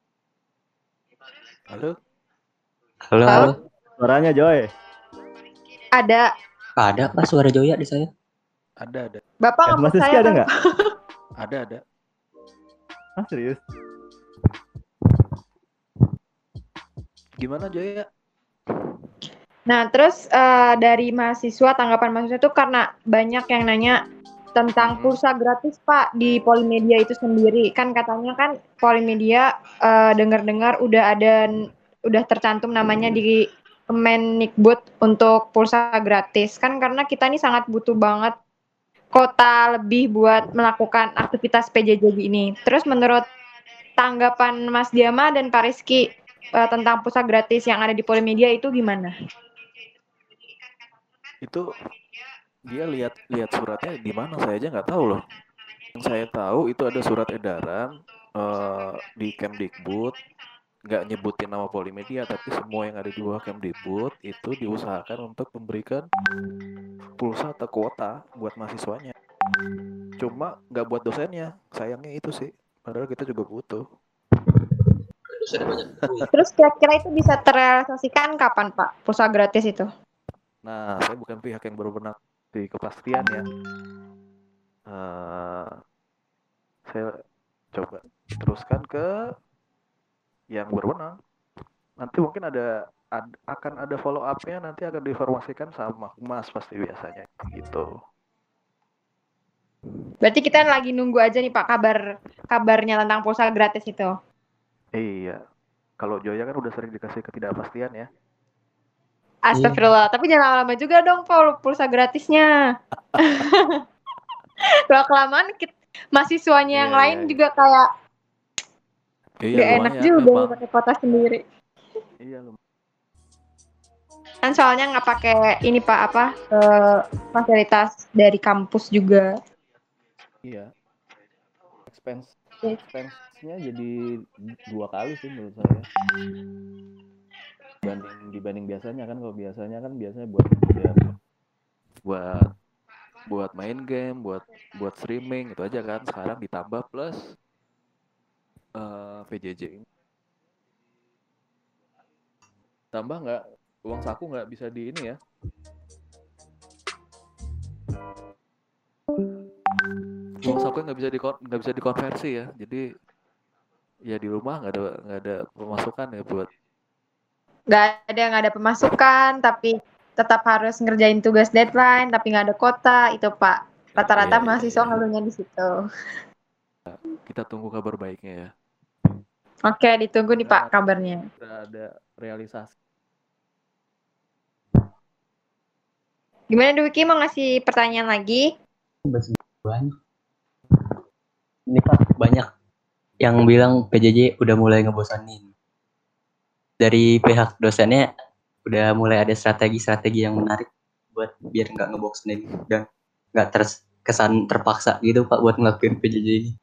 Halo? Halo, Halo? halo. Suaranya Joy. Ada. Ada Pak suara Joya di saya. Ada, ada. Bapak Eh, nggak Mas Rizky percaya ada kan? nggak? Ada, ada. Ah serius? Gimana Joya? Nah, terus uh, dari mahasiswa, tanggapan mahasiswa itu karena banyak yang nanya tentang pulsa gratis Pak di Polimedia itu sendiri. Kan katanya kan Polimedia uh, dengar-dengar udah ada udah tercantum namanya di Kemendikbud untuk pulsa gratis. Kan karena kita ini sangat butuh banget kota lebih buat melakukan aktivitas P J J ini. Terus menurut tanggapan Mas Diama dan Pak Rizky uh, tentang pulsa gratis yang ada di Polimedia itu gimana? Itu dia lihat lihat suratnya di mana, saya aja nggak tahu loh. Yang saya tahu itu ada surat edaran uh, di Kemdikbud, nggak nyebutin nama Polimedia, tapi semua yang ada di bawah Kemdikbud itu diusahakan untuk memberikan pulsa atau kuota buat mahasiswanya. Cuma nggak buat dosennya, sayangnya itu sih. Padahal kita juga butuh. Terus kira-kira itu bisa terrealisasikan kapan Pak, pulsa gratis itu? Nah, saya bukan pihak yang berwenang di kepastian ya. Uh, saya coba teruskan ke yang berwenang. Nanti mungkin ada, ad, akan ada follow up-nya, nanti akan diinformasikan sama Mas pasti biasanya gitu. Berarti kita lagi nunggu aja nih Pak kabar kabarnya tentang pulsa gratis itu. Iya. Kalau Joya kan udah sering dikasih ketidakpastian ya. Astagfirullah, tapi jangan lama juga dong Paul pulsa gratisnya. Kalau kelamaan mahasiswanya yang Iya, lain iya, juga kayak iya, gak enak juga pakai kota sendiri. Iya lumayan. Kan soalnya nggak pakai ini Pak apa uh, fasilitas dari kampus juga. Iya. Expense expense-nya jadi dua kali sih menurut saya. Dibanding dibanding biasanya kan, kalau biasanya kan biasanya buat ya, buat buat main game, buat buat streaming itu aja kan. Sekarang ditambah plus uh, P J J ini. Tambah nggak, uang saku nggak bisa di ini ya. Uang saku nggak bisa di nggak bisa dikonversi ya. Jadi ya di rumah nggak ada nggak ada pemasukan ya buat. Nggak ada nggak ada pemasukan, tapi tetap harus ngerjain tugas deadline tapi nggak ada kuota itu Pak. Rata-rata Iya, iya, mahasiswa iya. ngeluhnya di situ. Kita tunggu kabar baiknya ya. Oke, ditunggu nih Pak Nah, kabarnya. udah ada realisasi. Gimana Dwiki mau ngasih pertanyaan lagi? Banyak. Ini Pak, banyak yang bilang P J J udah mulai ngebosanin. Dari pihak dosennya udah mulai ada strategi-strategi yang menarik buat biar nggak ngebosenin dan nggak terkesan terpaksa gitu Pak buat ngelakuin P J J ini.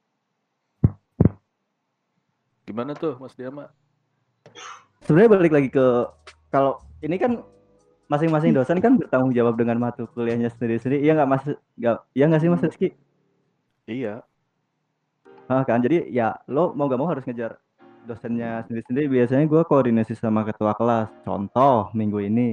Gimana tuh Mas Diama? Sebenarnya balik lagi ke kalau ini kan masing-masing dosen kan bertanggung jawab dengan mata kuliahnya sendiri-sendiri. Iya nggak Mas? Nggak, iya nggak sih Mas Rizky? Iya. Ah, kan jadi ya lo mau gak mau harus ngejar dosennya sendiri-sendiri. Biasanya gue koordinasi sama ketua kelas. Contoh minggu ini.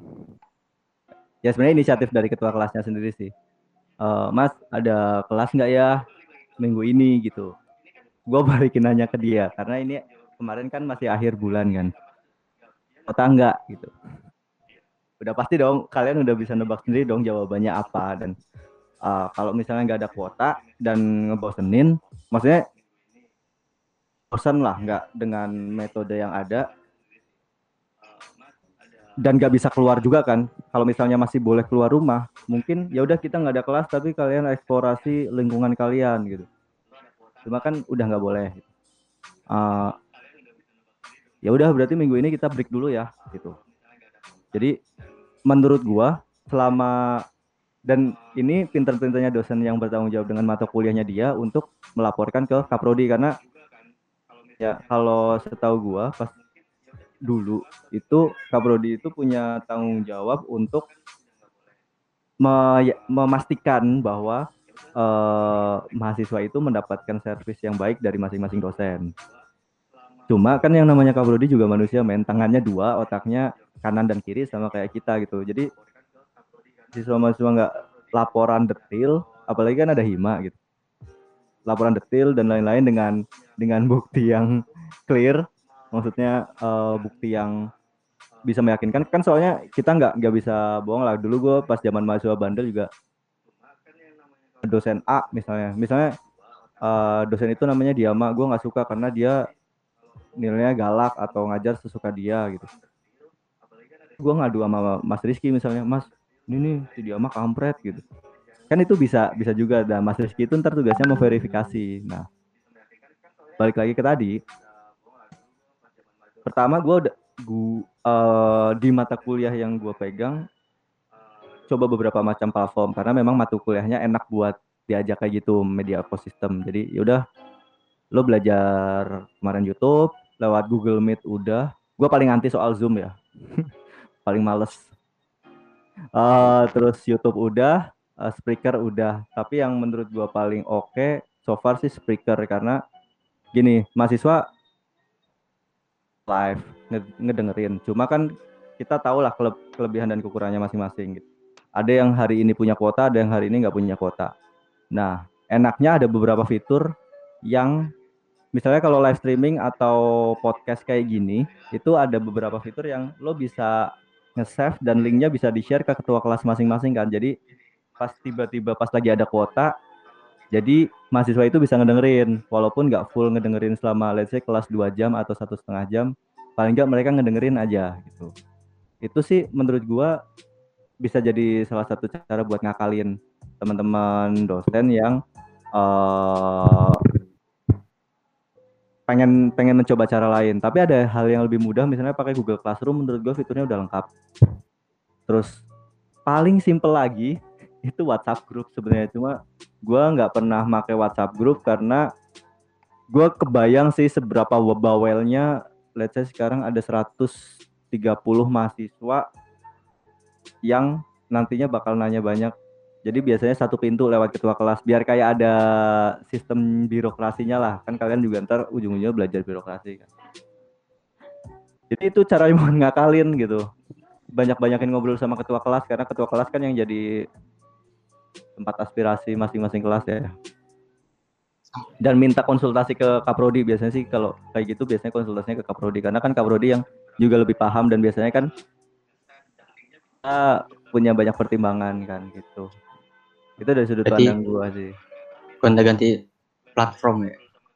Ya sebenarnya inisiatif dari ketua kelasnya sendiri sih. Uh, Mas ada kelas nggak ya minggu ini gitu. Gue balikin nanya ke dia karena ini kemarin kan masih akhir bulan kan. Kota enggak gitu. Udah pasti dong kalian udah bisa nebak sendiri dong jawabannya apa. Dan uh, kalau misalnya nggak ada kuota dan ngebosenin, maksudnya bosan lah nggak dengan metode yang ada dan nggak bisa keluar juga kan. Kalau misalnya masih boleh keluar rumah, mungkin ya udah kita nggak ada kelas tapi kalian eksplorasi lingkungan kalian gitu. Cuma kan udah nggak boleh. Uh, ya udah berarti minggu ini kita break dulu ya gitu. Jadi menurut gua selama dan ini pinter-pinternya dosen yang bertanggung jawab dengan mata kuliahnya dia untuk melaporkan ke Kaprodi karena ya kalau setahu gua pas dulu itu Kaprodi itu punya tanggung jawab untuk me memastikan bahwa eh, mahasiswa itu mendapatkan servis yang baik dari masing-masing dosen. Cuma kan yang namanya Kaprodi juga manusia, men, tangannya dua, otaknya kanan dan kiri sama kayak kita gitu. Jadi siswa-mahasiswa nggak laporan detail, apalagi kan ada hima gitu. Laporan detail dan lain-lain dengan dengan bukti yang clear, maksudnya uh, bukti yang bisa meyakinkan kan, soalnya kita nggak nggak bisa bohong lah. Dulu gue pas zaman mahasiswa bandel juga dosen A misalnya, misalnya uh, dosen itu namanya Diama, gue nggak suka karena dia nilainya galak atau ngajar sesuka dia gitu. Gue ngadu sama Mas Rizky misalnya, Mas ini nih si Diama kampret gitu. Kan itu bisa bisa juga. Dan Mas Rizky itu ntar tugasnya memverifikasi. Nah, balik lagi ke tadi. Pertama gue udah gua, uh, di mata kuliah yang gue pegang coba beberapa macam platform karena memang mata kuliahnya enak buat diajak kayak gitu, media ekosistem. Jadi yaudah lo belajar kemarin YouTube lewat Google Meet udah. Gue paling anti soal Zoom ya. Paling males. Uh, terus YouTube udah, uh, Spreaker udah. Tapi yang menurut gue paling oke okay, so far sih Spreaker karena gini, mahasiswa live ngedengerin. Cuma kan kita tahu lah kele kelebihan dan kekurangannya masing-masing gitu. Ada yang hari ini punya kuota, ada yang hari ini nggak punya kuota. Nah, enaknya ada beberapa fitur yang misalnya kalau live streaming atau podcast kayak gini, itu ada beberapa fitur yang lo bisa nge-save dan linknya bisa di-share ke ketua kelas masing-masing kan. Jadi pas tiba-tiba pas lagi ada kuota, jadi mahasiswa itu bisa ngedengerin, walaupun nggak full ngedengerin selama let's say kelas dua jam atau satu setengah jam, paling nggak mereka ngedengerin aja gitu. Itu sih menurut gua bisa jadi salah satu cara buat ngakalin teman-teman dosen yang uh, pengen pengen mencoba cara lain. Tapi ada hal yang lebih mudah, misalnya pakai Google Classroom. Menurut gue fiturnya udah lengkap. Terus paling simple lagi itu WhatsApp group sebenarnya. Cuma gue nggak pernah pakai WhatsApp group karena gue kebayang sih seberapa bawelnya. Let's say sekarang ada seratus tiga puluh mahasiswa yang nantinya bakal nanya banyak. Jadi biasanya satu pintu lewat ketua kelas biar kayak ada sistem birokrasinya lah. Kan kalian juga ntar ujung-ujungnya belajar birokrasi kan. Jadi itu cara yang ngakalin gitu. Banyak-banyakin ngobrol sama ketua kelas karena ketua kelas kan yang jadi tempat aspirasi masing-masing kelas ya. Dan minta konsultasi ke Kaprodi biasanya sih, kalau kayak gitu biasanya konsultasinya ke Kaprodi karena kan Kaprodi yang juga lebih paham dan biasanya kan kita punya banyak pertimbangan kan gitu. Itu dari sudut Berarti pandang gua sih. gonta-ganti platform ya.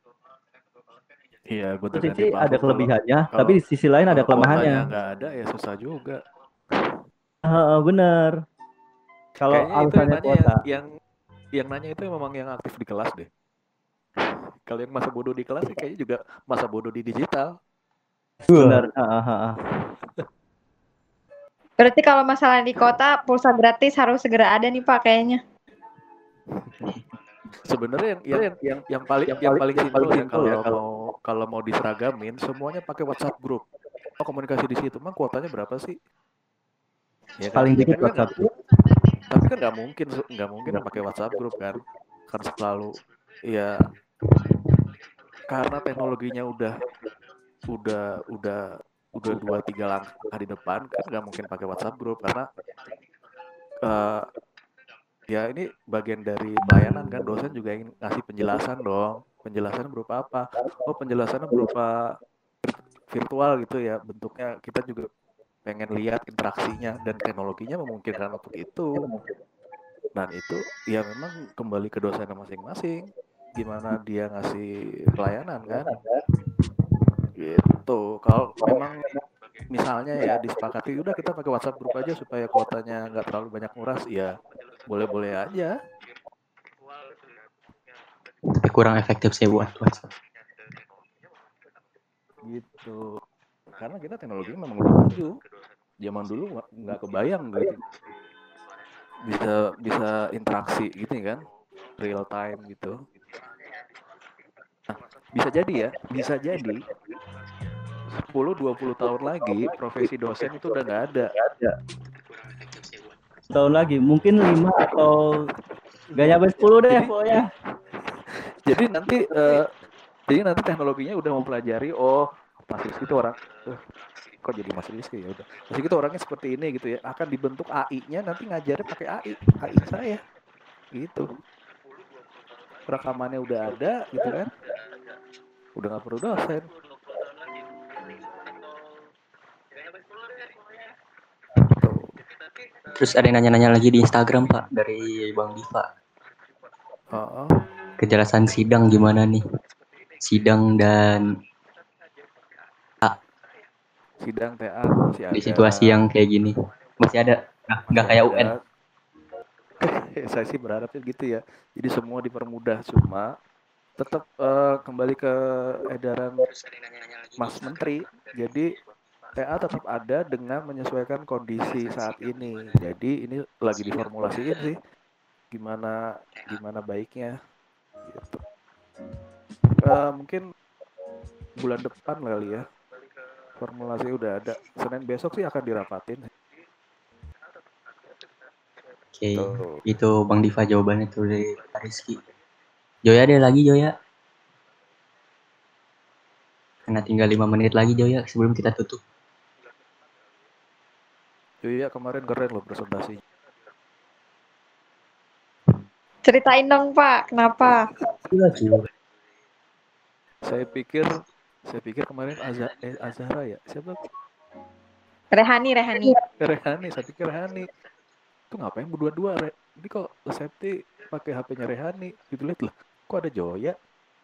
Iya, gue Satu ganti sisi ada platform kalau kelebihannya, kalau tapi di sisi lain ada kalau kuotanya kelemahannya. nggak ada ya susah juga. Heeh, bener. Kalau Kayaknya itu yang alasannya nanya yang kuota, yang yang nanya itu memang yang aktif di kelas deh. Kalau yang masa bodoh di kelas sih kayaknya juga masa bodoh di digital. bener. Heeh, heeh. Berarti kalau masalah di kota, pulsa gratis harus segera ada nih Pak kayaknya. Sebenarnya yang yang yang yang paling yang paling simpel ya kalau mau kalau mau diseragamin semuanya pakai WhatsApp group. Oh, komunikasi di situ, mah kuotanya berapa sih? Ya kan? Paling dikit Tapi kan WhatsApp nggak- group. tapi kan nggak mungkin nggak mungkin pakai WhatsApp group kan? Kan selalu ya karena teknologinya udah udah udah udah dua tiga langkah di depan kan nggak mungkin pakai WhatsApp group karena eh, ya ini bagian dari pelayanan kan, dosen juga ingin ngasih penjelasan dong. Penjelasan berupa apa? Oh, penjelasannya berupa virtual gitu ya, bentuknya kita juga pengen lihat interaksinya dan teknologinya memungkinkan untuk itu. Dan itu ya memang kembali ke dosennya masing-masing, gimana dia ngasih pelayanan kan, gitu. Kalau memang misalnya ya disepakati udah kita pakai WhatsApp grup aja supaya kuotanya nggak terlalu banyak nguras, ya boleh-boleh aja. Tapi kurang efektif sih buat WhatsApp. Gitu. Karena kita teknologinya memang udah maju. Zaman dulu nggak kebayang gitu. Bisa bisa interaksi gitu kan, real time gitu. Nah, bisa jadi ya, bisa jadi sepuluh dua puluh tahun lagi profesi dosen itu udah nggak ada. Tahun lagi mungkin lima atau gak nyampe sepuluh deh Jadi, pokoknya. jadi nanti uh, jadi nanti teknologinya udah mempelajari, oh Mas Rizky itu orang uh, kok jadi Mas Rizky ya udah. Mas Rizky itu orangnya seperti ini gitu ya. Akan dibentuk A I-nya nanti ngajarnya pakai A I, A I saya. Gitu. Rekamannya udah ada gitu kan. Udah nggak perlu dosen. Tuh. Terus ada yang nanya-nanya lagi di Instagram Pak dari Bang Diva. Oh, oh. Kejelasan sidang gimana nih? Sidang dan Sidang T A masih ada. di situasi yang kayak gini masih ada, nggak kayak U N. Saya sih berharapnya gitu ya. Jadi semua dipermudah, cuma tetap uh, kembali ke edaran Mas Menteri. Jadi T A tetap ada dengan menyesuaikan kondisi saat ini. Jadi ini lagi diformulasiin sih gimana gimana baiknya gitu. Uh, mungkin bulan depan kali ya. Formulasi udah ada. Senin besok sih akan dirapatin. Oke, okay. Itu Bang Diva jawabannya tuh dari Rizky. Joya ada lagi Joya. Karena tinggal lima menit lagi Joya sebelum kita tutup. Joya kemarin keren loh presentasinya. Ceritain dong Pak, kenapa? Iya cuy. Saya pikir saya pikir kemarin Azza, eh, Azhara ya, siapa? Rehani, Rehani. Rehani, saya pikir Rehani. Itu ngapain berdua-dua, Re? Ini kok Septi pakai H P-nya Rehani? Gitu lihat lah, kok ada Joya?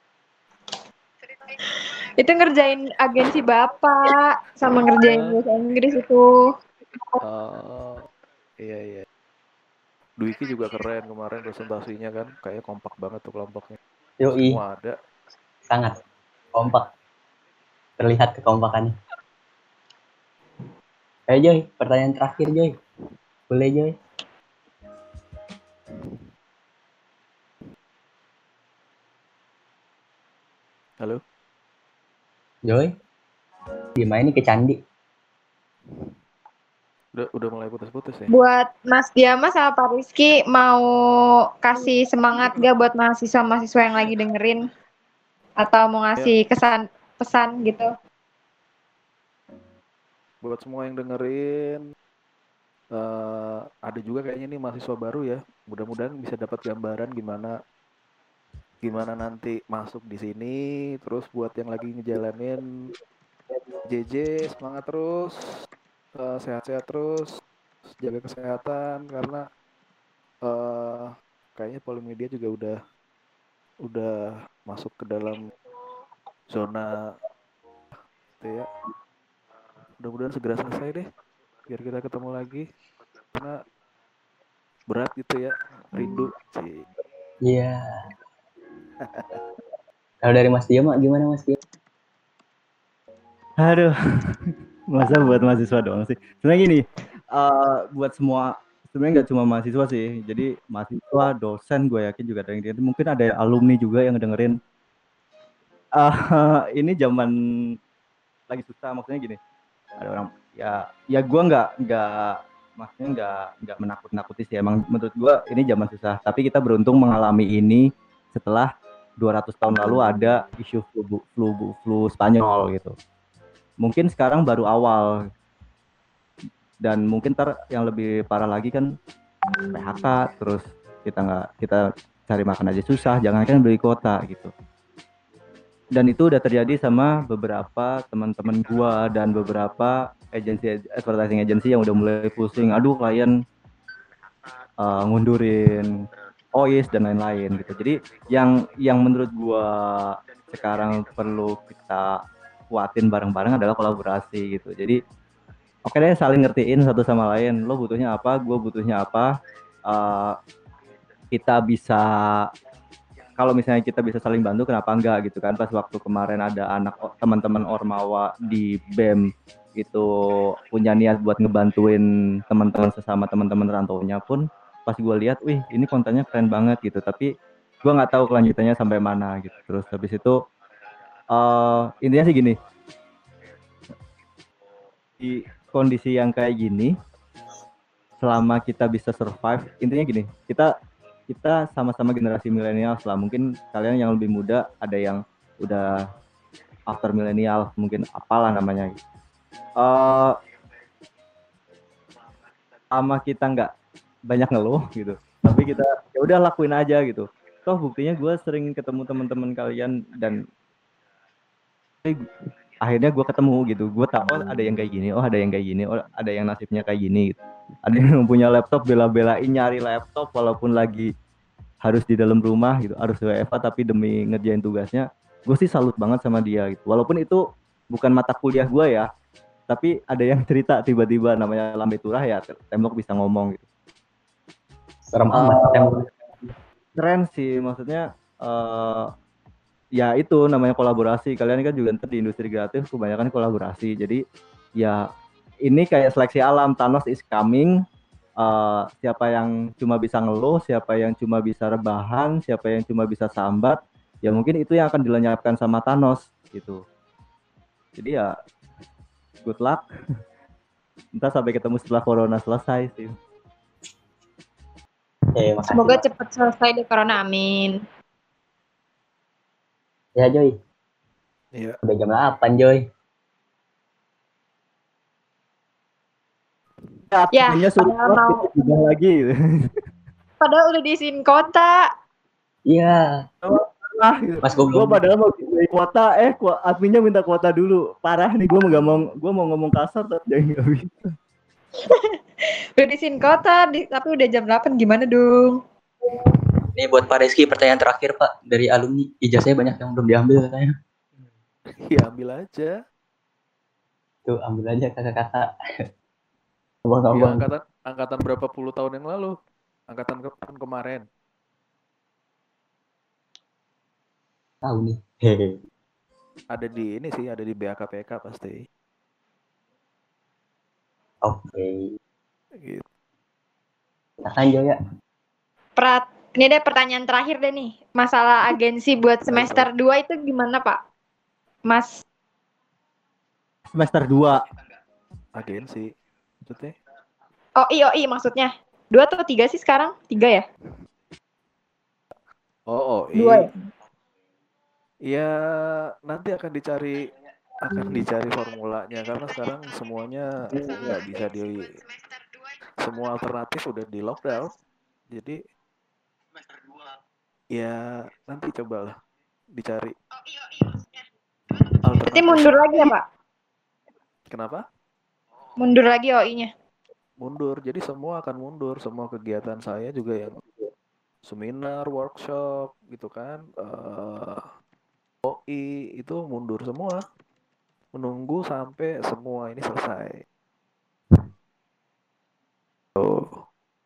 Itu ngerjain agensi Bapak sama ngerjain bahasa Inggris itu. Oh, iya iya. Dwiki juga keren kemarin presentasinya kan, kayak kompak banget tuh kelompoknya. Yoi. Semua ada. Sangat kompak. Terlihat kekompakannya. Ayo Joy, pertanyaan terakhir Joy. Boleh Joy? Halo? Joy? Gimana ini ke Candi? Udah, udah mulai putus-putus ya? Buat Mas Diama sama Pak Rizky, mau kasih semangat gak buat mahasiswa-mahasiswa yang lagi dengerin? Atau mau ngasih kesan pesan gitu? Buat semua yang dengerin, uh, ada juga kayaknya nih mahasiswa baru ya. Mudah-mudahan bisa dapat gambaran gimana gimana nanti masuk di sini. Terus buat yang lagi ngejalanin J J, semangat terus, uh, sehat-sehat terus. jaga kesehatan karena eh kayaknya Polimedia juga udah udah masuk ke dalam zona itu ya. Mudah-mudahan segera selesai deh biar kita ketemu lagi karena berat gitu ya, rindu sih. Iya. Kalau dari Mas Dia mak gimana Mas Dia? Aduh, masa buat mahasiswa doang sih. Sebenarnya gini, uh, buat semua, sebenarnya nggak cuma mahasiswa sih. Jadi mahasiswa, dosen, gue yakin juga ada yang dengerin. Mungkin ada alumni juga yang dengerin. Uh, ini zaman lagi susah, maksudnya gini. Ada orang, ya, ya gue nggak nggak maksudnya nggak nggak menakut-nakuti sih. Emang menurut gue ini zaman susah. Tapi kita beruntung mengalami ini setelah dua ratus tahun lalu ada isu flu flu flu Spanyol gitu. Mungkin sekarang baru awal dan mungkin ntar yang lebih parah lagi kan P H K, terus kita nggak kita cari makan aja susah, jangan kan beli kuota gitu. Dan itu udah terjadi sama beberapa teman-teman gua dan beberapa agensi advertising agency yang udah mulai pusing, aduh klien uh, ngundurin O I S dan lain-lain gitu. Jadi yang yang menurut gua sekarang perlu kita kuatin bareng-bareng adalah kolaborasi gitu. Jadi oke deh, saling ngertiin satu sama lain. Lo butuhnya apa, gue butuhnya apa. Uh, kita bisa, kalau misalnya kita bisa saling bantu, kenapa enggak gitu kan. Pas waktu kemarin ada anak teman-teman Ormawa di B E M itu punya niat buat ngebantuin teman-teman sesama teman-teman rantaunya pun, pas gue lihat, wih ini kontennya keren banget gitu. Tapi gue nggak tahu kelanjutannya sampai mana gitu. Terus habis itu uh, intinya sih gini, di kondisi yang kayak gini, selama kita bisa survive, intinya gini, kita kita sama-sama generasi milenial lah. Mungkin kalian yang lebih muda ada yang udah after milenial, mungkin apalah namanya. Uh, sama kita nggak banyak ngeluh gitu, tapi kita ya udah lakuin aja gitu. Toh buktinya gue sering ketemu teman-teman kalian dan akhirnya gue ketemu gitu, gue tahu oh, ada yang kayak gini, oh ada yang kayak gini, oh ada yang nasibnya kayak gini gitu. Ada yang punya laptop bela-belain nyari laptop walaupun lagi harus di dalam rumah gitu, harus W F H tapi demi ngerjain tugasnya. Gue sih salut banget sama dia gitu, walaupun itu bukan mata kuliah gue ya, tapi ada yang cerita tiba-tiba namanya lambe turah ya, tembok bisa ngomong gitu. Serem amat uh, tembok. Keren sih, maksudnya uh, ya itu namanya kolaborasi. Kalian kan juga di industri kreatif kebanyakan kolaborasi. Jadi ya ini kayak seleksi alam, Thanos is coming. Uh, siapa yang cuma bisa ngeluh, siapa yang cuma bisa rebahan, siapa yang cuma bisa sambat, ya mungkin itu yang akan dilenyapkan sama Thanos gitu. Jadi ya good luck. Entah sampai ketemu setelah corona selesai sih. Eh, semoga cepat selesai deh corona, amin. Ya Joy. Iya. Udah jam delapan Joy. Ya, ya suruh mau juga lagi. Padahal udah diisiin kota. Iya. Ah, Mas gue padahal mau beli kuota, eh adminnya minta kuota dulu. Parah nih, gue nggak mau, gue mau ngomong kasar tapi jadi nggak bisa. Udah diisiin kota, di, tapi udah jam delapan, gimana dong? Ini buat Pak Rizky pertanyaan terakhir Pak, dari alumni, ijazahnya banyak yang belum diambil katanya. Ya ambil aja. Tuh ambil aja kakak-kakak. Ya, angkatan angkatan berapa puluh tahun yang lalu? Angkatan ke tahun kemarin. Tahu nih. Hehe. Ada di ini sih, ada di B A K P K pasti. Oke. Okay. Gitu. Lanjut ya. Prat, ini deh pertanyaan terakhir deh nih. Masalah agensi buat semester dua itu gimana, Pak? Mas. Semester dua. Agensi. Maksudnya? O I, O I maksudnya. Dua atau tiga sih sekarang? Tiga ya? Oh, O I. Dua ya? Ya, nanti akan dicari akan dicari formulanya karena sekarang semuanya nggak bisa di semua alternatif udah di lockdown. Jadi ya nanti cobalah dicari. Berarti mundur lagi ya, Pak? Kenapa? Mundur lagi O I-nya. mundur. Jadi semua akan mundur, semua kegiatan saya juga yang seminar, workshop gitu kan, eh O I itu mundur semua, menunggu sampai semua ini selesai. Oh,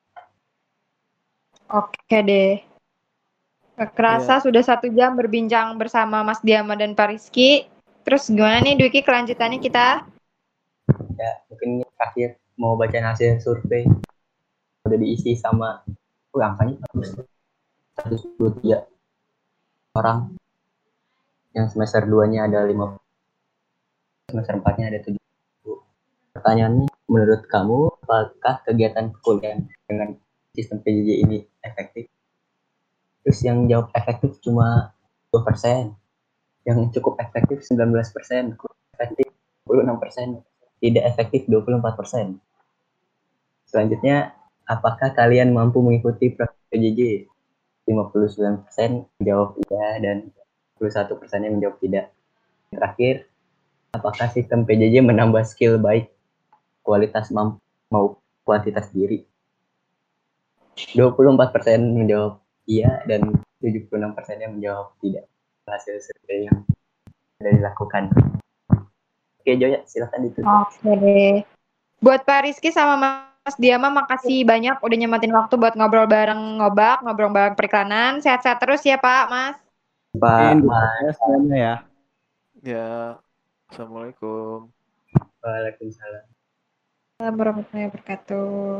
Oke deh. Gak kerasa ya, sudah satu jam berbincang bersama Mas Diama dan Pak Rizky. Terus gimana nih Dwiki kelanjutannya kita? Ya, mungkin terakhir mau bacain hasil survei udah diisi sama oh, angkanya bagus seratus dua puluh tiga orang, yang semester dua nya ada lima, semester empat nya ada tujuh. Pertanyaannya, menurut kamu apakah kegiatan perkuliahan dengan sistem P J J ini efektif? Terus yang jawab efektif cuma dua persen, yang cukup efektif sembilan belas persen, kurang efektif dua puluh enam persen, tidak efektif dua puluh empat persen. Selanjutnya, apakah kalian mampu mengikuti program P J J? lima puluh sembilan persen menjawab iya dan dua puluh satu persen yang menjawab tidak. Terakhir, apakah sistem P J J menambah skill baik, kualitas mampu mau kuantitas diri? dua puluh empat persen menjawab iya dan tujuh puluh enam persen yang menjawab tidak. Hasil survei yang sudah dilakukan. Oke, Joya, silakan ditutup. Oke deh. Buat Pak Rizky sama Mas Diama, makasih banyak udah nyematin waktu buat ngobrol bareng Ngobak, ngobrol bareng periklanan. Sehat-sehat terus ya Pak, Mas. Pak, Mungkin Mas. gitu semuanya ya. ya, assalamualaikum. Waalaikumsalam. Assalamualaikum warahmatullahi wabarakatuh.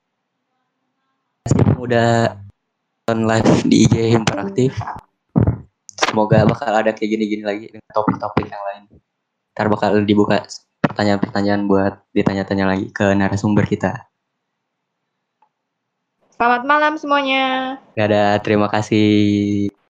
Udah on live di I G Interaktif. Semoga bakal ada kayak gini-gini lagi dengan topik-topik yang lain. Ntar bakal dibuka pertanyaan-pertanyaan buat ditanya-tanya lagi ke narasumber kita. Selamat malam semuanya. Gak ada, terima kasih.